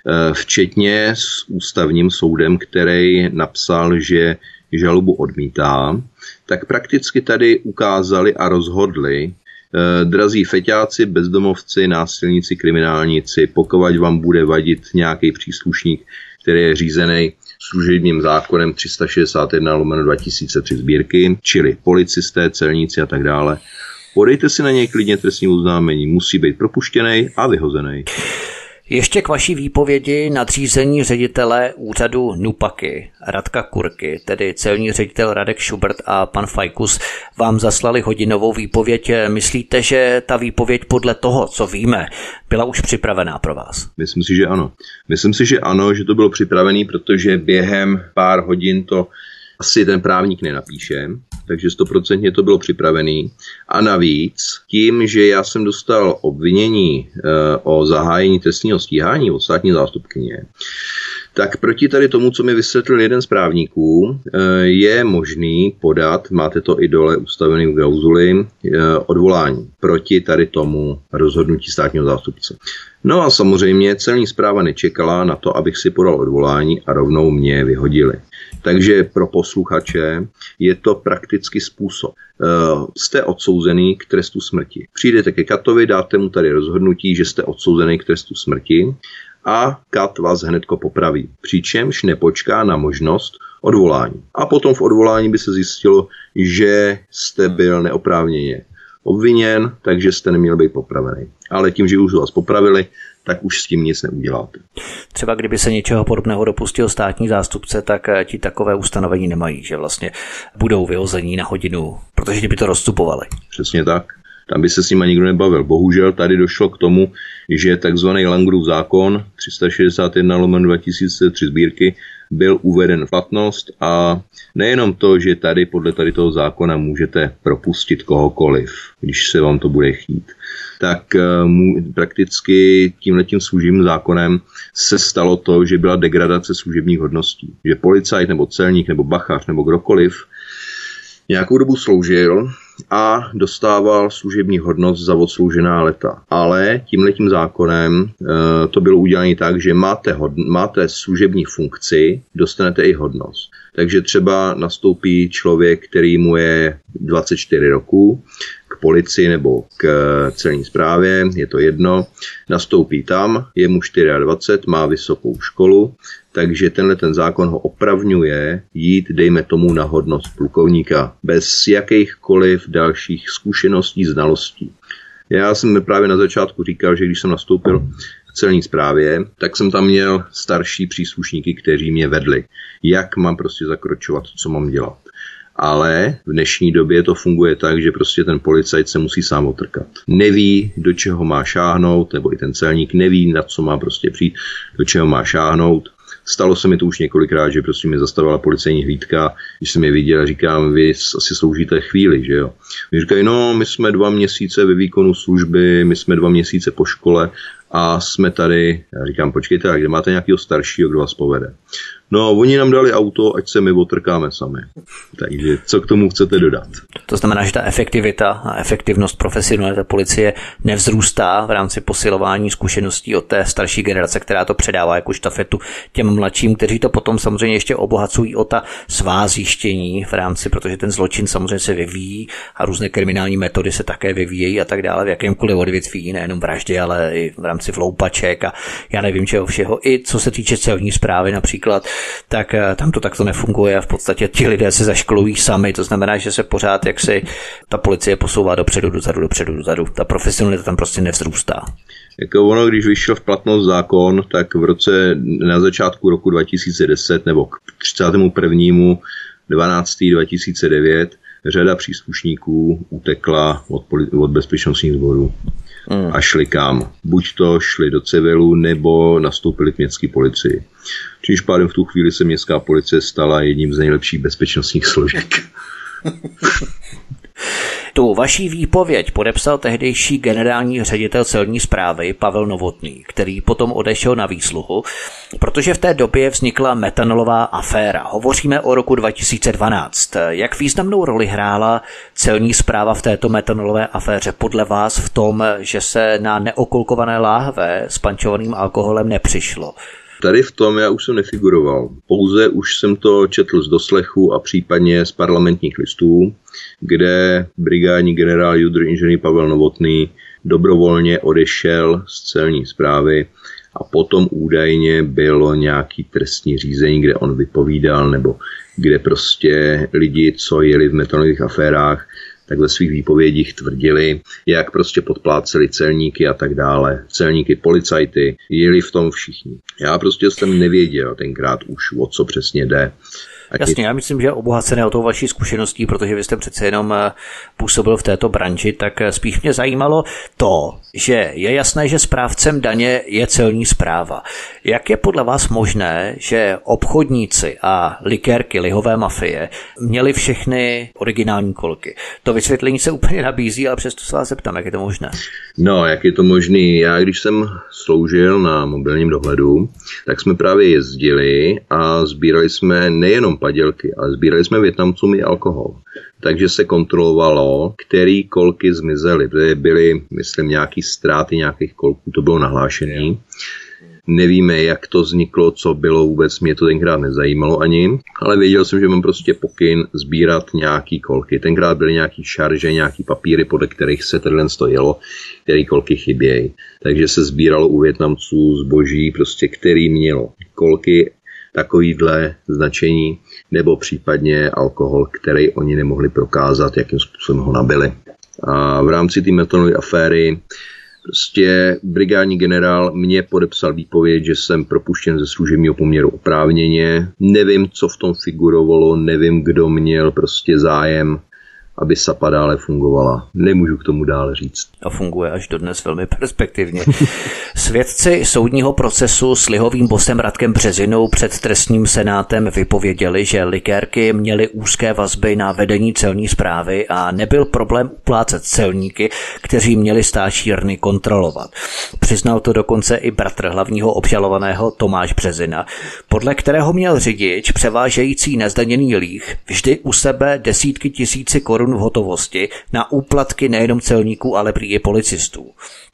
včetně s ústavním soudem, který napsal, že žalobu odmítá, tak prakticky tady ukázali a rozhodli, E, drazí feťáci, bezdomovci, násilníci, kriminálníci, pokud vám bude vadit nějaký příslušník, který je řízený služebním zákonem tři sta šedesát jedna lomeno dva tisíce tři sbírky, čili policisté, celníci a tak dále, podejte si na něj klidně trestní oznámení, musí být propuštěný a vyhozený. Ještě k vaší výpovědi nadřízení ředitele úřadu NUPAKy, Radka Kurky, tedy celní ředitel Radek Schubert a pan Fajkus, vám zaslali hodinovou výpověď. Myslíte, že ta výpověď podle toho, co víme, byla už připravená pro vás? Myslím si, že ano. Myslím si, že ano, že to bylo připravené, protože během pár hodin to asi ten právník nenapíše, takže stoprocentně to bylo připravené. A navíc tím, že já jsem dostal obvinění e, o zahájení trestního stíhání od státní zástupkyně, tak proti tady tomu, co mi vysvětlil jeden z právníků, e, je možný podat, máte to i dole ustavený v klauzuli, e, odvolání proti tady tomu rozhodnutí státního zástupce. No a samozřejmě celní správa nečekala na to, abych si podal odvolání a rovnou mě vyhodili. Takže pro posluchače je to prakticky způsob. E, jste odsouzený k trestu smrti. Přijdete ke katovi, dáte mu tady rozhodnutí, že jste odsouzený k trestu smrti a kat vás hnedko popraví. Přičemž nepočká na možnost odvolání. A potom v odvolání by se zjistilo, že jste byl neoprávněně obviněn, takže jste neměl být popravený. Ale tím, že už vás popravili, tak už s tím nic neuděláte. Třeba kdyby se něčeho podobného dopustil státní zástupce, tak ti takové ustanovení nemají, že vlastně budou vyhození na hodinu, protože by to rozcupovali. Přesně tak. Tam by se s nima nikdo nebavil. Bohužel tady došlo k tomu, že takzvaný Langrův zákon tři sta šedesát jedna lomeno dva tisíce tři sbírky byl uveden v platnost a nejenom to, že tady podle tady toho zákona můžete propustit kohokoliv, když se vám to bude chtít, tak mu, prakticky tímhletím služebním zákonem se stalo to, že byla degradace služebních hodností. Že policajt nebo celník nebo bachař nebo kdokoliv nějakou dobu sloužil a dostával služební hodnost za odsloužená leta. Ale tímhletím zákonem e, to bylo udělané tak, že máte, hodn- máte služební funkci, dostanete i hodnost. Takže třeba nastoupí člověk, který mu je dvacet čtyři roků, k policii nebo k celní správě, je to jedno, nastoupí tam, je mu dvacet čtyři, má vysokou školu, takže tenhle ten zákon ho opravňuje jít, dejme tomu, na hodnost plukovníka, bez jakýchkoliv dalších zkušeností, znalostí. Já jsem právě na začátku říkal, že když jsem nastoupil k celní správě, tak jsem tam měl starší příslušníky, kteří mě vedli, jak mám prostě zakročovat, co mám dělat. Ale v dnešní době to funguje tak, že prostě ten policajt se musí sám otrkat. Neví, do čeho má šáhnout, nebo i ten celník neví, na co má prostě přijít, do čeho má šáhnout. Stalo se mi to už několikrát, že prostě mě zastavila policejní hlídka, když jsem je viděl, říkám, vy asi sloužíte chvíli, že jo. Mě říkají, no, my jsme dva měsíce ve výkonu služby, my jsme dva měsíce po škole a jsme tady. Já říkám, počkejte, a kde máte nějakého staršího, kdo vás povede? No, oni nám dali auto, ať se my otrkáme sami. Takže co k tomu chcete dodat? To znamená, že ta efektivita a efektivnost profesionality policie nevzrůstá v rámci posilování zkušeností od té starší generace, která to předává jako štafetu těm mladším, kteří to potom samozřejmě ještě obohacují o ta svá zjištění v rámci, protože ten zločin samozřejmě se vyvíjí a různé kriminální metody se také vyvíjejí a tak dále v jakémkoliv odvětví, nejenom vraždy, ale i v rámci vloupaček a já nevím čeho všeho. I co se týče celní správy například, tak tam to takto nefunguje a v podstatě ti lidé se zaškolují sami, to znamená, že se pořád jaksi ta policie posouvá dopředu, dozadu, dopředu, dozadu. Ta profesionalita tam prostě nevzrůstá. Jako ono, když vyšel v platnost zákon, tak v roce na začátku roku dva tisíce deset nebo k třicátého prvního dvanáctého dva tisíce devět řada příslušníků utekla od, od bezpečnostních sborů. Hmm. A šli kam? Buď to šli do civilu, nebo nastoupili k městské policii. Čímž pádem v tu chvíli se městská policie stala jedním z nejlepších bezpečnostních složek. Tu vaší výpověď podepsal tehdejší generální ředitel celní správy Pavel Novotný, který potom odešel na výsluhu, protože v té době vznikla metanolová aféra. Hovoříme o roku dva tisíce dvanáct. Jak významnou roli hrála celní správa v této metanolové aféře podle vás v tom, že se na neokolkované láhve s pančovaným alkoholem nepřišlo? Tady v tom já už jsem nefiguroval. Pouze už jsem to četl z doslechu a případně z parlamentních listů, kde brigádní generál judr inženýr Pavel Novotný dobrovolně odešel z celní správy a potom údajně bylo nějaký trestní řízení, kde on vypovídal, nebo kde prostě lidi, co jeli v metalových aférách, tak ve svých výpovědích tvrdili, jak prostě podpláceli celníky a tak dále. Celníky, policajty, jeli v tom všichni. Já prostě jsem nevěděl tenkrát už, o co přesně jde. Jasně, já myslím, že obohacené o tou vaší zkušeností, protože vy jste přece jenom působil v této branži, tak spíš mě zajímalo to, že je jasné, že správcem daně je celní správa. Jak je podle vás možné, že obchodníci a likérky lihové mafie měli všechny originální kolky? To vysvětlení se úplně nabízí, ale přesto se vás zeptám, jak je to možné. No, jak je to možné? Já, když jsem sloužil na mobilním dohledu, tak jsme právě jezdili a sbírali jsme nejenom padělky, ale sbírali jsme Vietnamcům i alkohol. Takže se kontrolovalo, který kolky zmizely. Byly, myslím, nějaký ztráty nějakých kolků, to bylo nahlášené. Nevíme, jak to vzniklo, co bylo vůbec, mě to tenkrát nezajímalo ani, ale věděl jsem, že mám prostě pokyn sbírat nějaký kolky. Tenkrát byly nějaký šarže, nějaký papíry, podle kterých se tenhle stojilo, který kolky chybějí. Takže se sbíralo u Vietnamců zboží, prostě který mělo kolky takovýhle značení, nebo případně alkohol, který oni nemohli prokázat, jakým způsobem ho nabili. A v rámci té metanolové aféry prostě brigádní generál mě podepsal výpověď, že jsem propuštěn ze služebního poměru oprávněně. Nevím, co v tom figurovalo, nevím, kdo měl prostě zájem, aby SAPA dále fungovala. Nemůžu k tomu dále říct. A funguje až dodnes velmi perspektivně. Svědci soudního procesu s lihovým bosem Radkem Březinou před trestním senátem vypověděli, že likérky měly úzké vazby na vedení celní správy a nebyl problém uplácet celníky, kteří měli stáčírny kontrolovat. Přiznal to dokonce i bratr hlavního obžalovaného Tomáš Březina, podle kterého měl řidič převážející nezdaněný líh vždy u sebe desítky tisíci korun v hotovosti na úplatky nejenom celníků, ale prý i policistů.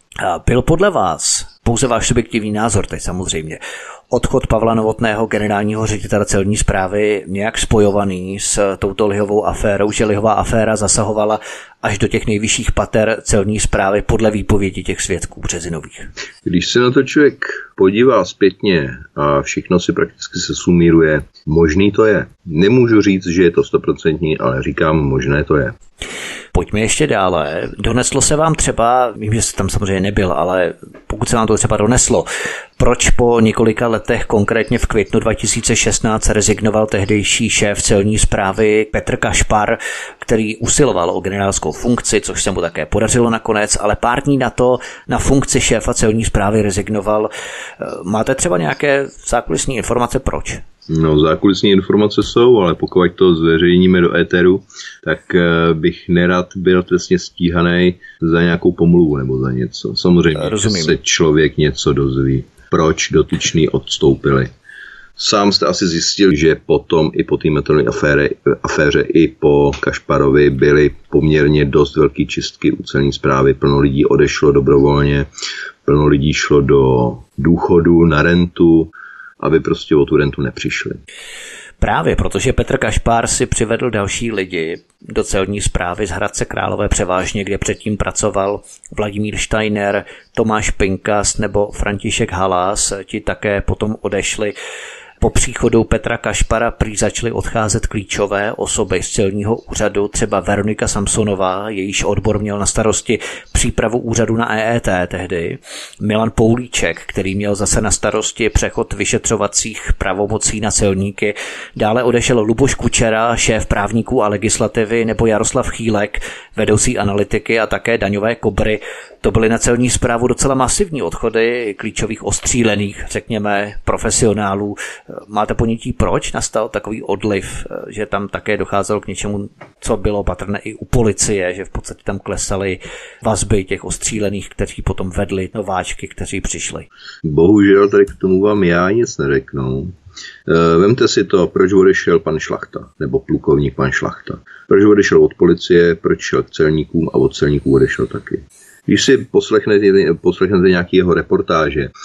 Byl podle vás, pouze váš subjektivní názor teď samozřejmě, odchod Pavla Novotného, generálního ředitele celní správy, nějak spojovaný s touto lihovou aférou, že lihová aféra zasahovala až do těch nejvyšších pater celní správy podle výpovědi těch svědků Březinových? Když se na to člověk podívá zpětně a všechno si prakticky se sumíruje, možný to je. Nemůžu říct, že je to stoprocentní, ale říkám, možné to je. Pojďme ještě dále. Doneslo se vám třeba, vím, že jste tam samozřejmě nebyl, ale pokud se vám to třeba doneslo, proč po několika letech, konkrétně v květnu dva tisíce šestnáct, rezignoval tehdejší šéf celní správy Petr Kašpar, který usiloval o generálskou funkci, což se mu také podařilo nakonec, ale pár dní na to na funkci šéfa celní správy rezignoval. Máte třeba nějaké zákulisní informace, proč? No, zákulisní informace jsou, ale pokud to zveřejníme do éteru, tak bych nerad byl trestně stíhaný za nějakou pomluvu nebo za něco. Samozřejmě, že se člověk něco dozví. Proč dotyční odstoupili. Sám jste asi zjistil, že potom i po té metanolové aféře, aféře i po Kašparovi byly poměrně dost velké čistky u celní správy. Plno lidí odešlo dobrovolně, plno lidí šlo do důchodu, na rentu, aby prostě o tu rentu nepřišli. Právě, protože Petr Kašpar si přivedl další lidi do celní správy z Hradce Králové převážně, kde předtím pracoval Vladimír Steiner, Tomáš Pinkas nebo František Halas, ti také potom odešli. Po příchodu Petra Kašpara prý začaly odcházet klíčové osoby z celního úřadu, třeba Veronika Samsonová, jejíž odbor měl na starosti přípravu úřadu na E E T tehdy, Milan Poulíček, který měl zase na starosti přechod vyšetřovacích pravomocí na celníky, dále odešel Luboš Kučera, šéf právníků a legislativy, nebo Jaroslav Chýlek, vedoucí analytiky a také daňové kobry. To byly na celní správu docela masivní odchody klíčových ostřílených, řekněme, profesionálů. Máte ponětí, proč nastal takový odliv, že tam také docházelo k něčemu, co bylo patrné i u policie, že v podstatě tam klesaly vazby těch ostřílených, kteří potom vedli nováčky, kteří přišli? Bohužel tady k tomu vám já nic neřeknu. Vemte si to, proč odešel pan Šlachta, nebo plukovník pan Šlachta. Proč odešel od policie, proč šel k celníkům a od celníků odešel taky. Když si poslechnete, poslechnete nějaké jeho reportáže,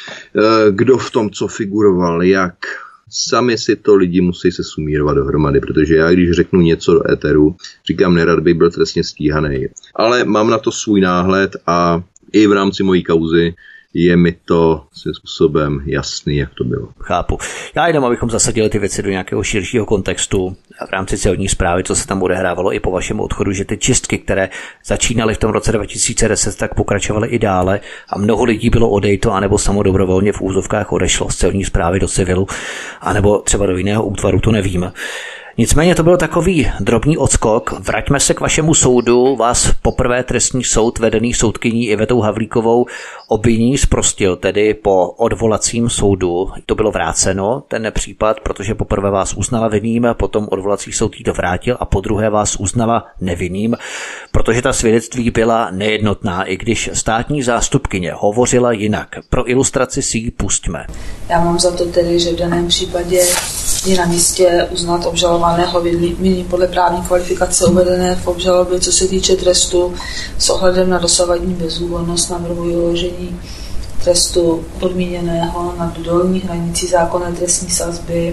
kdo v tom co figuroval, jak. Sami si to lidi musí se sumírovat dohromady, protože já, když řeknu něco do éteru, říkám, nerad bych byl trestně stíhaný. Ale mám na to svůj náhled a i v rámci mojí kauzy je mi to svým způsobem jasný, jak to bylo. Chápu. Já jenom, abychom zasadili ty věci do nějakého širšího kontextu v rámci celní zprávy, co se tam odehrávalo i po vašem odchodu, že ty čistky, které začínaly v tom roce dva tisíce deset, tak pokračovaly i dále a mnoho lidí bylo odejto, anebo samodobrovolně v úzovkách odešlo z celní zprávy do civilu, anebo třeba do jiného útvaru, to nevím. Nicméně to byl takový drobný odskok. Vraťme se k vašemu soudu. Vás poprvé trestní soud vedený soudkyní Ivetou Havlíkovou obvinění zprostil, tedy po odvolacím soudu. To bylo vráceno, ten případ, protože poprvé vás uznala vinným, potom odvolací soud jí to vrátil a po druhé vás uznala nevinným, protože ta svědectví byla nejednotná, i když státní zástupkyně hovořila jinak. Pro ilustraci si ji pustíme. Já mám za to tedy, že v daném případě je na místě uznat obžalovaného vinným podle právní kvalifikace uvedené v obžalobě, co se týče trestu s ohledem na dosavadní bezúhonnost, navrhuji uložení trestu podmíněného nad dolní hranicí zákonné trestní sazby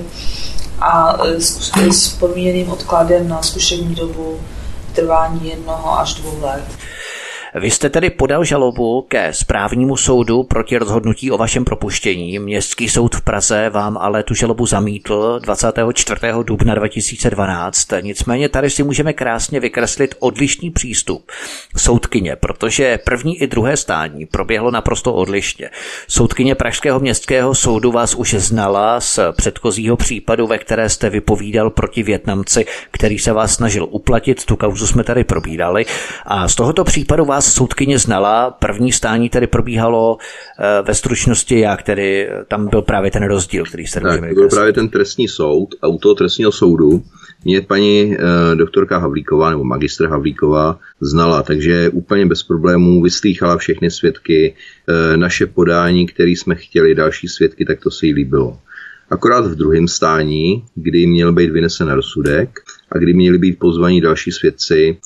a s, s podmíněným odkladem na zkušební dobu trvání jednoho až dvou let. Vy jste tedy podal žalobu ke správnímu soudu proti rozhodnutí o vašem propuštění. Městský soud v Praze vám ale tu žalobu zamítl dvacátého čtvrtého dubna dva tisíce dvanáct. Nicméně tady si můžeme krásně vykreslit odlišný přístup soudkyně, protože první i druhé stání proběhlo naprosto odlišně. Soudkyně Pražského městského soudu vás už znala z předchozího případu, ve které jste vypovídal proti Vietnamci, který se vás snažil uplatit. Tu kauzu jsme tady probírali a z tohoto případu vás soudkyně znala. První stání tedy probíhalo ve stručnosti jak, tedy tam byl právě ten rozdíl, který se tak, byl právě ten trestní soud a u toho trestního soudu mě paní eh, doktorka Havlíková nebo magistr Havlíková znala, takže úplně bez problémů vyslýchala všechny svědky, eh, naše podání, které jsme chtěli, další svědky, tak to se jí líbilo. Akorát v druhém stání, kdy měl být vynesen rozsudek a kdy měli být pozvaní další svědci,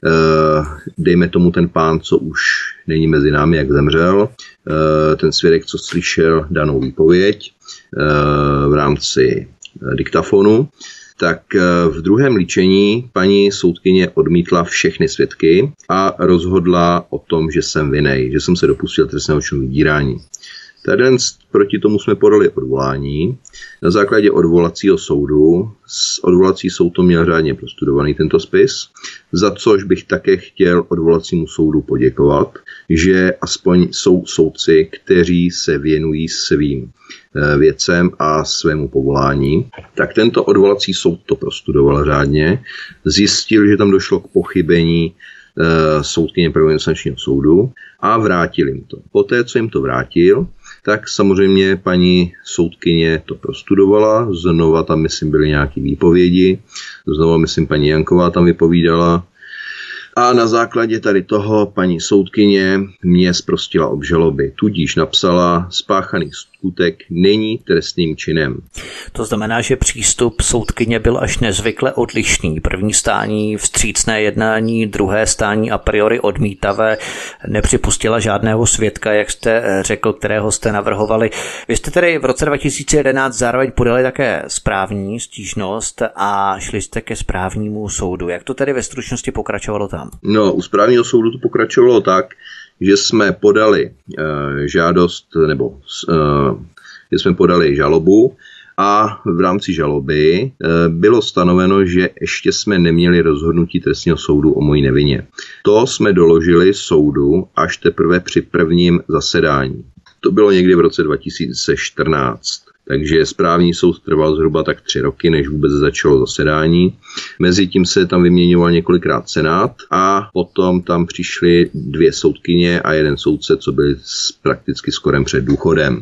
dejme tomu ten pán, co už není mezi námi, jak zemřel, ten svědek, co slyšel danou výpověď v rámci diktafonu, tak v druhém líčení paní soudkyně odmítla všechny svědky a rozhodla o tom, že jsem vinnej, že jsem se dopustil trestného činu vydírání. Tady proti tomu jsme podali odvolání. Na základě odvolacího soudu, odvolací soud to měl řádně prostudovaný tento spis, za což bych také chtěl odvolacímu soudu poděkovat, že aspoň jsou soudci, kteří se věnují svým věcem a svému povolání, tak tento odvolací soud to prostudoval řádně, zjistil, že tam došlo k pochybení soudkyně prvoinstančního soudu a vrátil jim to. Poté, co jim to vrátil, tak samozřejmě paní soudkyně to prostudovala, znova tam, myslím, byly nějaké výpovědi, znova, myslím, paní Janková tam vypovídala a na základě tady toho paní soudkyně mě zprostila obžaloby, tudíž napsala, spáchaný skutek není trestným činem. To znamená, že přístup soudkyně byl až nezvykle odlišný. První stání vstřícné jednání, druhé stání a priori odmítavé, nepřipustila žádného svědka, jak jste řekl, kterého jste navrhovali. Vy jste tedy v roce dva tisíce jedenáct zároveň podali také správní stížnost a šli jste ke správnímu soudu. Jak to tedy ve stručnosti pokračovalo tam? No, u správního soudu to pokračovalo tak, že jsme podali uh, žádost, nebo uh, že jsme podali žalobu a v rámci žaloby uh, bylo stanoveno, že ještě jsme neměli rozhodnutí trestního soudu o mojí nevině. To jsme doložili soudu až teprve při prvním zasedání. To bylo někdy v roce dva tisíce čtrnáct. Takže správní soud trval zhruba tak tři roky, než vůbec začalo zasedání. Mezitím se tam vyměňoval několikrát senát a potom tam přišly dvě soudkyně a jeden soudce, co byli prakticky skorem před důchodem.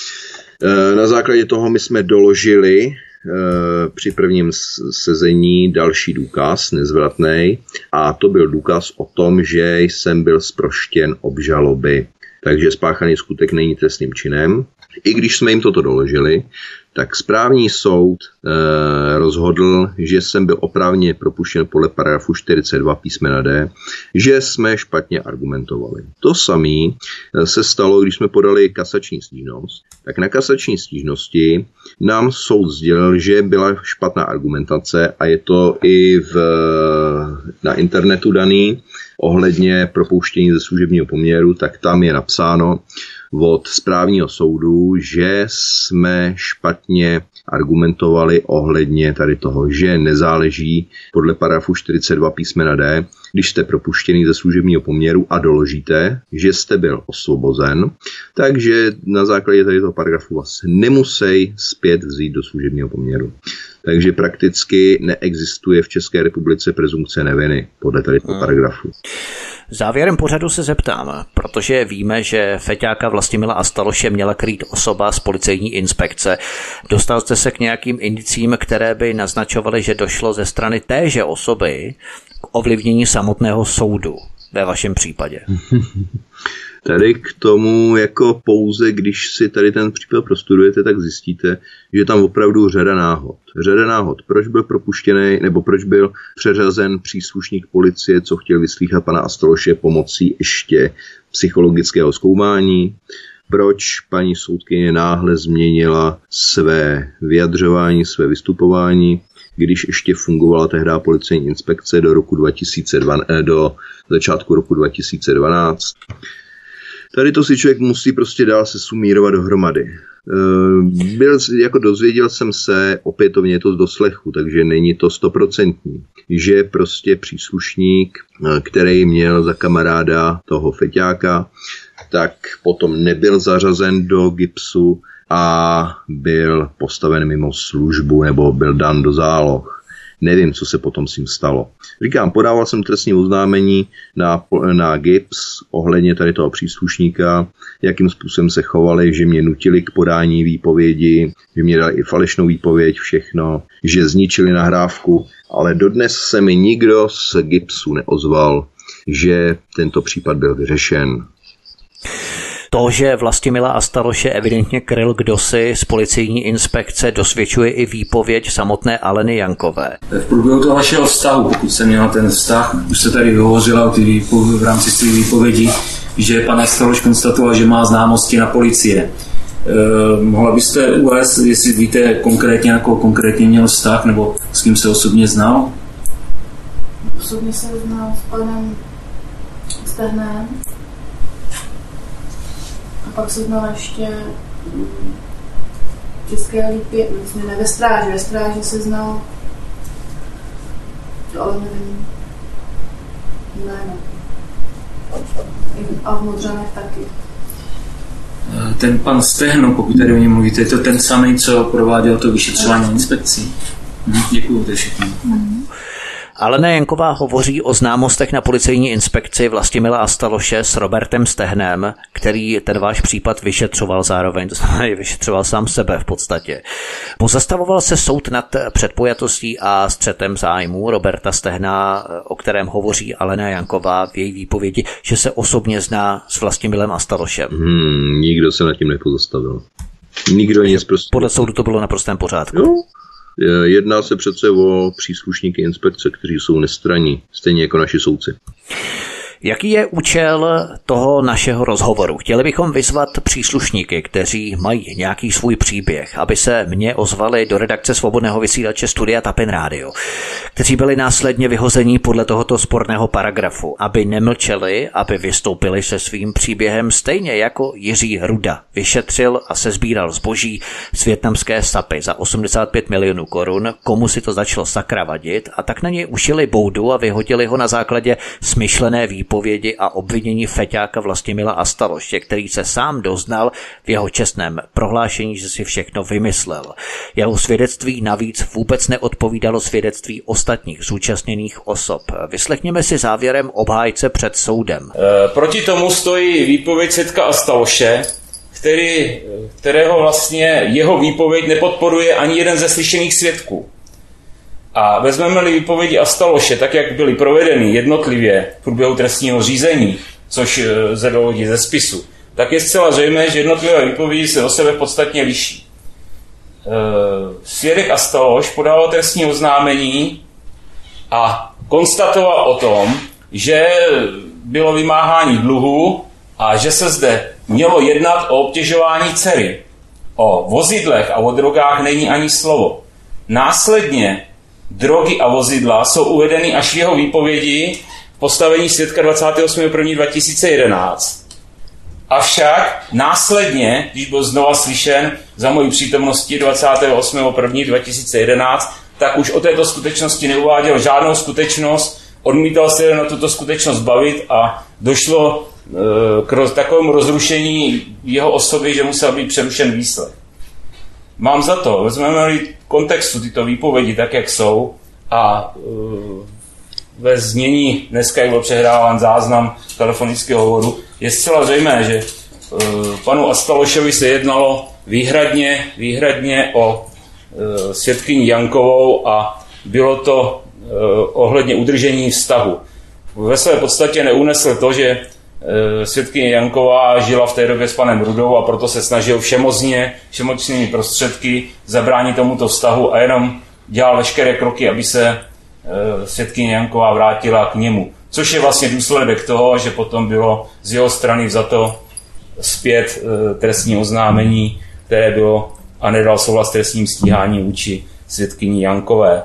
Na základě toho my jsme doložili při prvním sezení další důkaz, nezvratný, a to byl důkaz o tom, že jsem byl zproštěn obžaloby. Takže spáchaný skutek není trestným činem. I když jsme jim toto doložili, tak správní soud e, rozhodl, že jsem byl oprávněně propuštěn podle paragrafu čtyřicet dva písmena D, že jsme špatně argumentovali. To samé se stalo, když jsme podali kasační stížnost. Tak na kasační stížnosti nám soud sdělil, že byla špatná argumentace a je to i v, na internetu daný ohledně propouštění ze služebního poměru, tak tam je napsáno od správního soudu, že jsme špatně argumentovali ohledně tady toho, že nezáleží podle paragrafu čtyřicet dva písmena D, když jste propuštěný ze služebního poměru a doložíte, že jste byl osvobozen, takže na základě tady toho paragrafu vás nemusí zpět vzít do služebního poměru. Takže prakticky neexistuje v České republice prezumpce neviny podle tady toho paragrafu. Závěrem pořadu se zeptám, protože víme, že feťáka Vlastimila Astaloše měla krýt osoba z policejní inspekce. Dostal jste se k nějakým indicím, které by naznačovaly, že došlo ze strany téže osoby k ovlivnění samotného soudu ve vašem případě? Tady k tomu jako pouze, když si tady ten případ prostudujete, tak zjistíte, že tam opravdu řada náhod. Řada náhod. Proč byl propuštěný, nebo proč byl přeřazen příslušník policie, co chtěl vyslýchat pana Astaloše pomocí ještě psychologického zkoumání. Proč paní soudkyně náhle změnila své vyjadřování, své vystupování, když ještě fungovala tehdy policejní inspekce do roku dva tisíce dva, do začátku roku dva tisíce dvanáct. Tady to si člověk musí prostě dál se sumírovat dohromady. Byl, jako dozvěděl jsem se, opětovně to z doslechu, takže není to stoprocentní, že prostě příslušník, který měl za kamaráda toho feťáka, tak potom nebyl zařazen do gipsu a byl postaven mimo službu nebo byl dán do záloh. Nevím, co se potom s tím stalo. Říkám, podával jsem trestní oznámení na, na gips ohledně tady toho příslušníka, jakým způsobem se chovali, že mě nutili k podání výpovědi, že mě dali i falešnou výpověď, všechno, že zničili nahrávku, ale dodnes se mi nikdo z gipsu neozval, že tento případ byl vyřešen. To, že Vlastimila Astaloše evidentně kryl kdosi z policejní inspekce, dosvědčuje i výpověď samotné Aleny Jankové. V průběhu toho vašeho vztahu, pokud jsem měla ten vztah, už se tady vyhovořila o ty výpovědi, v rámci svých výpovědí, že pan Astaloš konstatoval, že má známosti na policie. Eh, mohla byste uvést, jestli víte konkrétně, jako konkrétně měl vztah, nebo s kým se osobně znal? Osobně se znal s panem Stehnem. A pak se znal ještě v České Lípě, vlastně ne ve Stráži, ve Stráži se znal, to ale nevím, jméno. A v Modřanech taky. Ten pan Stehno, pokud tady o něm mluvíte, je to ten samý, co prováděl to vyšetřování inspekcí. Děkuju, to je všechno. Mm. Alena Janková hovoří o známostech na policejní inspekci Vlastimila Astaloše s Robertem Stehnem, který ten váš případ vyšetřoval zároveň, to znamená, vyšetřoval sám sebe v podstatě. Pozastavoval se soud nad předpojatostí a střetem zájmů Roberta Stehna, o kterém hovoří Alena Janková v její výpovědi, že se osobně zná s Vlastimilem Astalošem. Hmm, nikdo se nad tím nepozastavil. Nikdo nic prostě... Podle soudu to bylo naprostém pořádku. Jo. Jedná se přece o příslušníky inspekce, kteří jsou nestranní, stejně jako naši soudci. Jaký je účel toho našeho rozhovoru? Chtěli bychom vyzvat příslušníky, kteří mají nějaký svůj příběh, aby se mně ozvali do redakce Svobodného vysílače Studia Tapin Radio, kteří byli následně vyhození podle tohoto sporného paragrafu, aby nemlčeli, aby vystoupili se svým příběhem, stejně jako Jiří Ruda vyšetřil a sesbíral zboží z vietnamské Sapy za osmdesát pět milionů korun, komu si to začalo sakra vadit, a tak na něj ušili boudu a vyhodili ho na základě smyšlené výpovědi výpovědi a obvinění feťáka Vlastimila Astaloše, který se sám doznal v jeho čestném prohlášení, že si všechno vymyslel. Jeho svědectví navíc vůbec neodpovídalo svědectví ostatních zúčastněných osob. Vyslechněme si závěrem obhájce před soudem. E, proti tomu stojí výpověď svědka Astaloše, který, kterého vlastně jeho výpověď nepodporuje ani jeden ze slyšených svědků. A vezmeme-li výpovědi Astaloše, tak jak byly provedeny jednotlivě v průběhu trestního řízení, což lze doložit ze spisu, tak je zcela zřejmé, že jednotlivé výpovědi se do sebe podstatně liší. svědek Astaloš podával trestní oznámení a konstatoval o tom, že bylo vymáhání dluhu a že se zde mělo jednat o obtěžování dcery. O vozidlech a o drogách není ani slovo. Následně drogy a vozidla jsou uvedeny až v jeho výpovědi v postavení svědka dvacátého osmého prvního dva tisíce jedenáct. Avšak následně, když byl znova slyšen za mojí přítomnosti dvacátého osmého prvního dva tisíce jedenáct, tak už o této skutečnosti neuváděl žádnou skutečnost, odmítal se na tuto skutečnost bavit a došlo k roz, takovému rozrušení jeho osoby, že musel být přerušen výslech. Mám za to, vezmeme-li kontextu tyto výpovědi tak, jak jsou, a uh, ve znění dneska, jak byl přehráván záznam telefonického hovoru, je zcela zřejmé, že uh, panu Astalošovi se jednalo výhradně, výhradně o uh, svědkyni Jankovou a bylo to uh, ohledně udržení vztahu. Ve své podstatě neunesl to, že svědkyně Janková žila v té době s panem Rudou a proto se snažil všemocně, všemocnými prostředky zabránit tomuto vztahu a jenom dělal veškeré kroky, aby se svědkyně Janková vrátila k němu. Což je vlastně důsledek toho, že potom bylo z jeho strany vzato zpět trestní oznámení, které bylo a nedal souhlas trestním stíhání vůči svědkyni Jankové.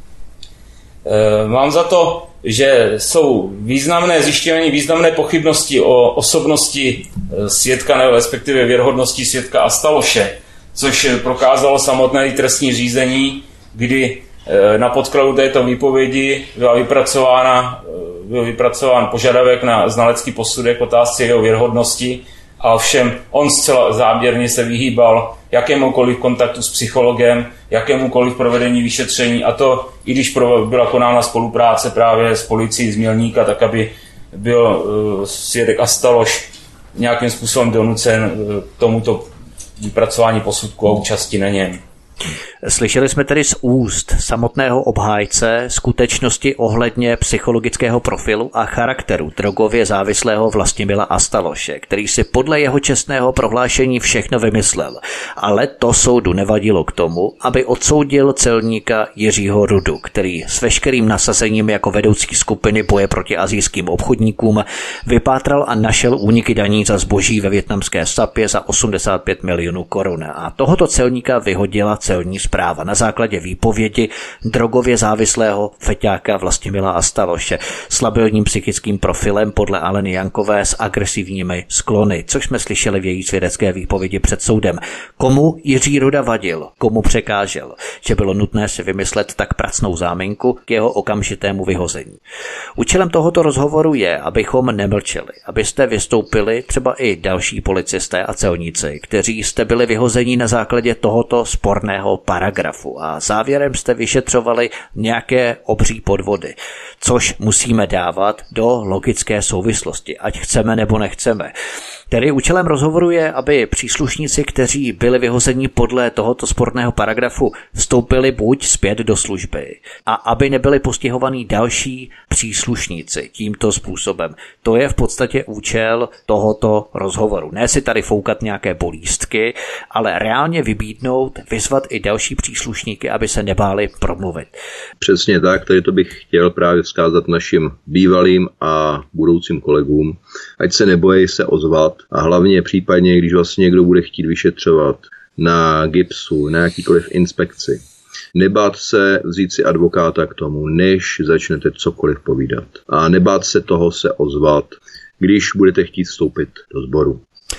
Mám za to, že jsou významné zjištění, významné pochybnosti o osobnosti svědka, nebo respektive věrohodnosti svědka Astaloše, což prokázalo samotné trestní řízení, kdy na podkladu této výpovědi byla vypracována, byl vypracován požadavek na znalecký posudek otázce jeho věrohodnosti, a ovšem on zcela záměrně se vyhýbal jakémukoliv kontaktu s psychologem, jakémukoliv provedení vyšetření, a to i když byla konána spolupráce právě s policií z Mělníka, tak aby byl uh, svědek Astaloš nějakým způsobem donucen uh, tomuto vypracování posudku a účasti na něm. Slyšeli jsme tedy z úst samotného obhájce skutečnosti ohledně psychologického profilu a charakteru drogově závislého Vlastimila Astaloše, který si podle jeho čestného prohlášení všechno vymyslel. Ale to soudu nevadilo k tomu, aby odsoudil celníka Jiřího Rudu, který s veškerým nasazením jako vedoucí skupiny boje proti asijským obchodníkům vypátral a našel úniky daní za zboží ve vietnamské Sapě za osmdesát pět milionů korun. A tohoto celníka vyhodila celní zpráva na základě výpovědi drogově závislého feťáka Vlastimila Astaloše s labilním psychickým profilem podle Aleny Jankové s agresivními sklony, což jsme slyšeli v její svědecké výpovědi před soudem. Komu Jiří Ruda vadil, komu překážel, že bylo nutné si vymyslet tak pracnou záminku k jeho okamžitému vyhození. Účelem tohoto rozhovoru je, abychom nemlčeli, abyste vystoupili třeba i další policisté a celníci, kteří jste byli vyhozeni na základě tohoto sporného paragrafu a závěrem jste vyšetřovali nějaké obří podvody, což musíme dávat do logické souvislosti, ať chceme nebo nechceme. Tedy účelem rozhovoru je, aby příslušníci, kteří byli vyhozeni podle tohoto sporného paragrafu, vstoupili buď zpět do služby a aby nebyli postihovaní další příslušníci tímto způsobem. To je v podstatě účel tohoto rozhovoru. Ne si tady foukat nějaké bolístky, ale reálně vybídnout, vyzvat i další příslušníky, aby se nebáli promluvit. Přesně tak, tady to bych chtěl právě vzkázat našim bývalým a budoucím kolegům, ať se nebojí se ozvat a hlavně případně, když vlastně někdo bude chtít vyšetřovat na gipsu, na jakýkoliv inspekci, nebát se vzít si advokáta k tomu, než začnete cokoliv povídat. A nebát se toho se ozvat, když budete chtít vstoupit do sboru.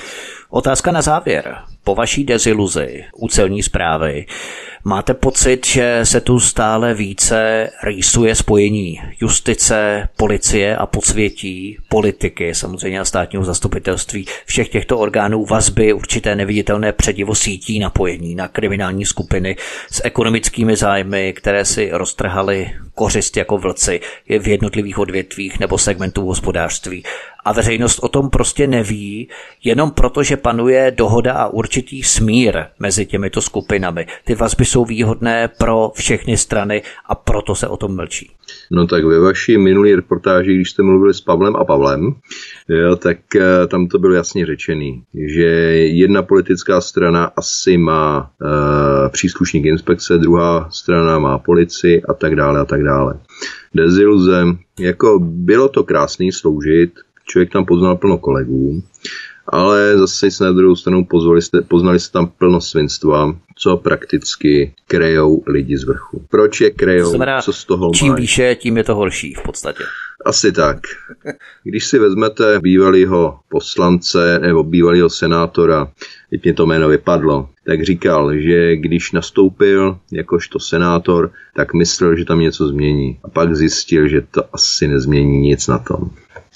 Otázka na závěr. Po vaší deziluzi u celní správy máte pocit, že se tu stále více rýsuje spojení justice, policie a podsvětí, politiky, samozřejmě a státního zastupitelství, všech těchto orgánů vazby, určité neviditelné předivo sítí napojení na kriminální skupiny s ekonomickými zájmy, které si roztrhaly kořist jako vlci v jednotlivých odvětvích nebo segmentů hospodářství. A veřejnost o tom prostě neví, jenom proto, že panuje dohoda a určitě určitý smír mezi těmito skupinami. Ty vazby jsou výhodné pro všechny strany a proto se o tom mlčí. No tak ve vaší minulý reportáži, když jste mluvili s Pavlem a Pavlem, jo, tak tam to bylo jasně řečený, že jedna politická strana asi má e, příslušník inspekce, druhá strana má policii a tak dále a tak dále. Deziluze, jako bylo to krásný sloužit, člověk tam poznal plno kolegů, ale zase se na druhou stranu poznali jste, poznali jste tam plno svinstva, co prakticky krejou lidi z vrchu. Proč je krejou? Znamená, co z toho čím mají? výše, tím je to horší v podstatě. Asi tak. Když si vezmete bývalýho poslance nebo bývalýho senátora, teď mě to jméno vypadlo, tak říkal, že když nastoupil jakožto senátor, tak myslel, že tam něco změní. A pak zjistil, že to asi nezmění nic na tom.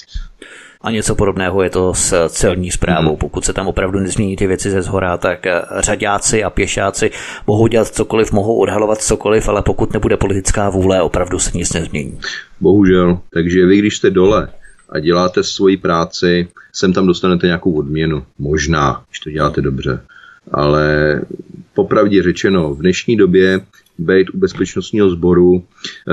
A něco podobného je to s celní správou. Pokud se tam opravdu nezmění ty věci ze zhora, tak řaďáci a pěšáci mohou dělat cokoliv, mohou odhalovat cokoliv, ale pokud nebude politická vůle, opravdu se nic nezmění. Bohužel. Takže vy, když jste dole a děláte svoji práci, sem tam dostanete nějakou odměnu. Možná, když to děláte dobře. Ale popravdě řečeno, v dnešní době být u bezpečnostního sboru e,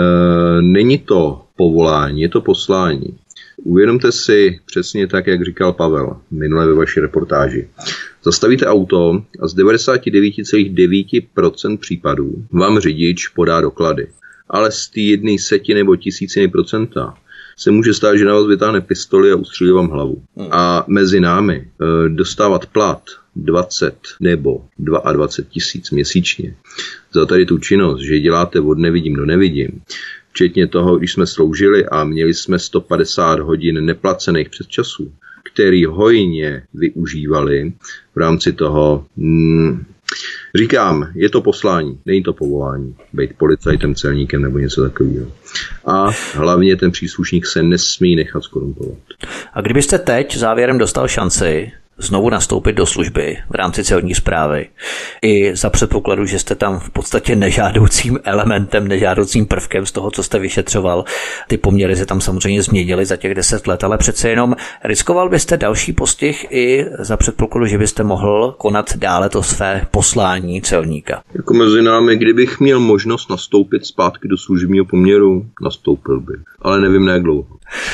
není to povolání, je to poslání. Uvědomte si přesně tak, jak říkal Pavel minule ve vaší reportáži. Zastavíte auto a z devadesát devět celá devět procent případů vám řidič podá doklady. Ale z té jedné setiny nebo tisíciny procenta se může stát, že na vás vytáhne pistoli a ustřílí vám hlavu. A mezi námi e, dostávat plat dvacet nebo dvacet dva tisíc měsíčně za tady tu činnost, že děláte od nevidím do nevidím, včetně toho, když jsme sloužili a měli jsme sto padesát hodin neplacených přesčasů, který hojně využívali v rámci toho, hmm, říkám, je to poslání, není to povolání, být policajtem, celníkem nebo něco takového. A hlavně ten příslušník se nesmí nechat zkorumpovat. A kdybyste teď závěrem dostal šanci znovu nastoupit do služby v rámci celní správy, i za předpokladu, že jste tam v podstatě nežádoucím elementem, nežádoucím prvkem z toho, co jste vyšetřoval. Ty poměry se tam samozřejmě změnily za těch deset let, ale přece jenom riskoval byste další postih i za předpokladu, že byste mohl konat dále to své poslání celníka. Jako mezi námi, kdybych měl možnost nastoupit zpátky do služebního poměru, nastoupil bych, ale nevím na jak dlouho.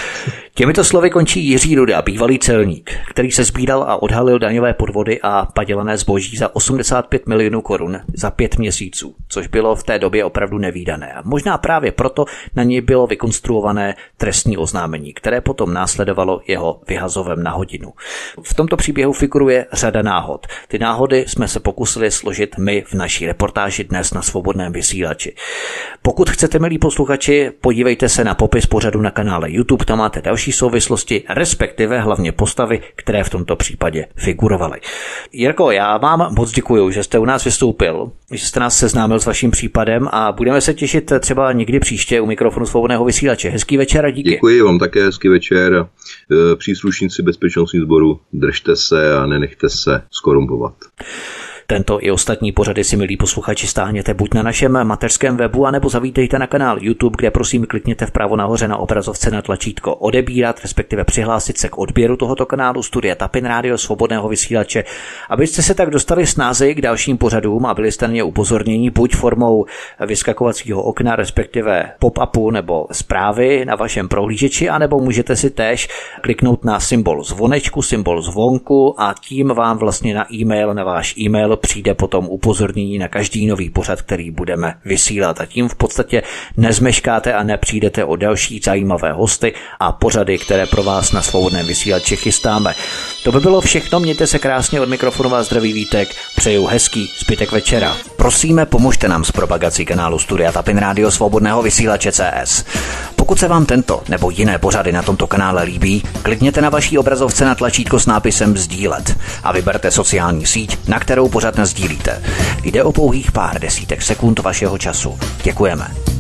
Těmito slovy končí Jiří Duda, bývalý celník, který se sbíral a odhalil daňové podvody a padělané zboží za osmdesát pět milionů korun za pět měsíců, což bylo v té době opravdu nevídané. A možná právě proto na něj bylo vykonstruované trestní oznámení, které potom následovalo jeho vyhazovem na hodinu. V tomto příběhu figuruje řada náhod. Ty náhody jsme se pokusili složit my v naší reportáži dnes na Svobodném vysílači. Pokud chcete, milí posluchači, podívejte se na popis pořadu na kanále YouTube, tam máte další souvislosti, respektive hlavně postavy, které v tomto případě figurovaly. Jirko, já vám moc děkuju, že jste u nás vystoupil, že jste nás seznámil s vaším případem a budeme se těšit třeba někdy příště u mikrofonu Svobodného vysílače. Hezký večer a díky. Děkuji vám také, hezký večer. Příslušníci bezpečnostních sborů, držte se a nenechte se skorumpovat. Tento i ostatní pořady si, milí posluchači, stáhněte buď na našem mateřském webu, anebo zavítejte na kanál YouTube, kde prosím klikněte vpravo nahoře na obrazovce na tlačítko odebírat, respektive přihlásit se k odběru tohoto kanálu Studia Tapin Rádio Svobodného vysílače, abyste se tak dostali snáze k dalším pořadům a byli jste na ně upozornění buď formou vyskakovacího okna, respektive pop-upu nebo zprávy na vašem prohlížeči, anebo můžete si též kliknout na symbol zvonečku, symbol zvonku a tím vám vlastně na e-mail, na váš e-mail přijde potom upozornění na každý nový pořad, který budeme vysílat. A tím v podstatě nezmeškáte a nepřijdete o další zajímavé hosty a pořady, které pro vás na Svobodném vysílači chystáme. To by bylo všechno, mějte se krásně, od mikrofonu vás zdraví Vítek, přeju hezký zbytek večera. Prosíme, pomožte nám s propagací kanálu Studia Tapin Rádio Svobodného vysílače C S. Pokud se vám tento nebo jiné pořady na tomto kanále líbí, klikněte na vaší obrazovce na tlačítko s nápisem sdílet a vyberte sociální síť, na kterou pořád nasdílíte. Jde o pouhých pár desítek sekund vašeho času. Děkujeme.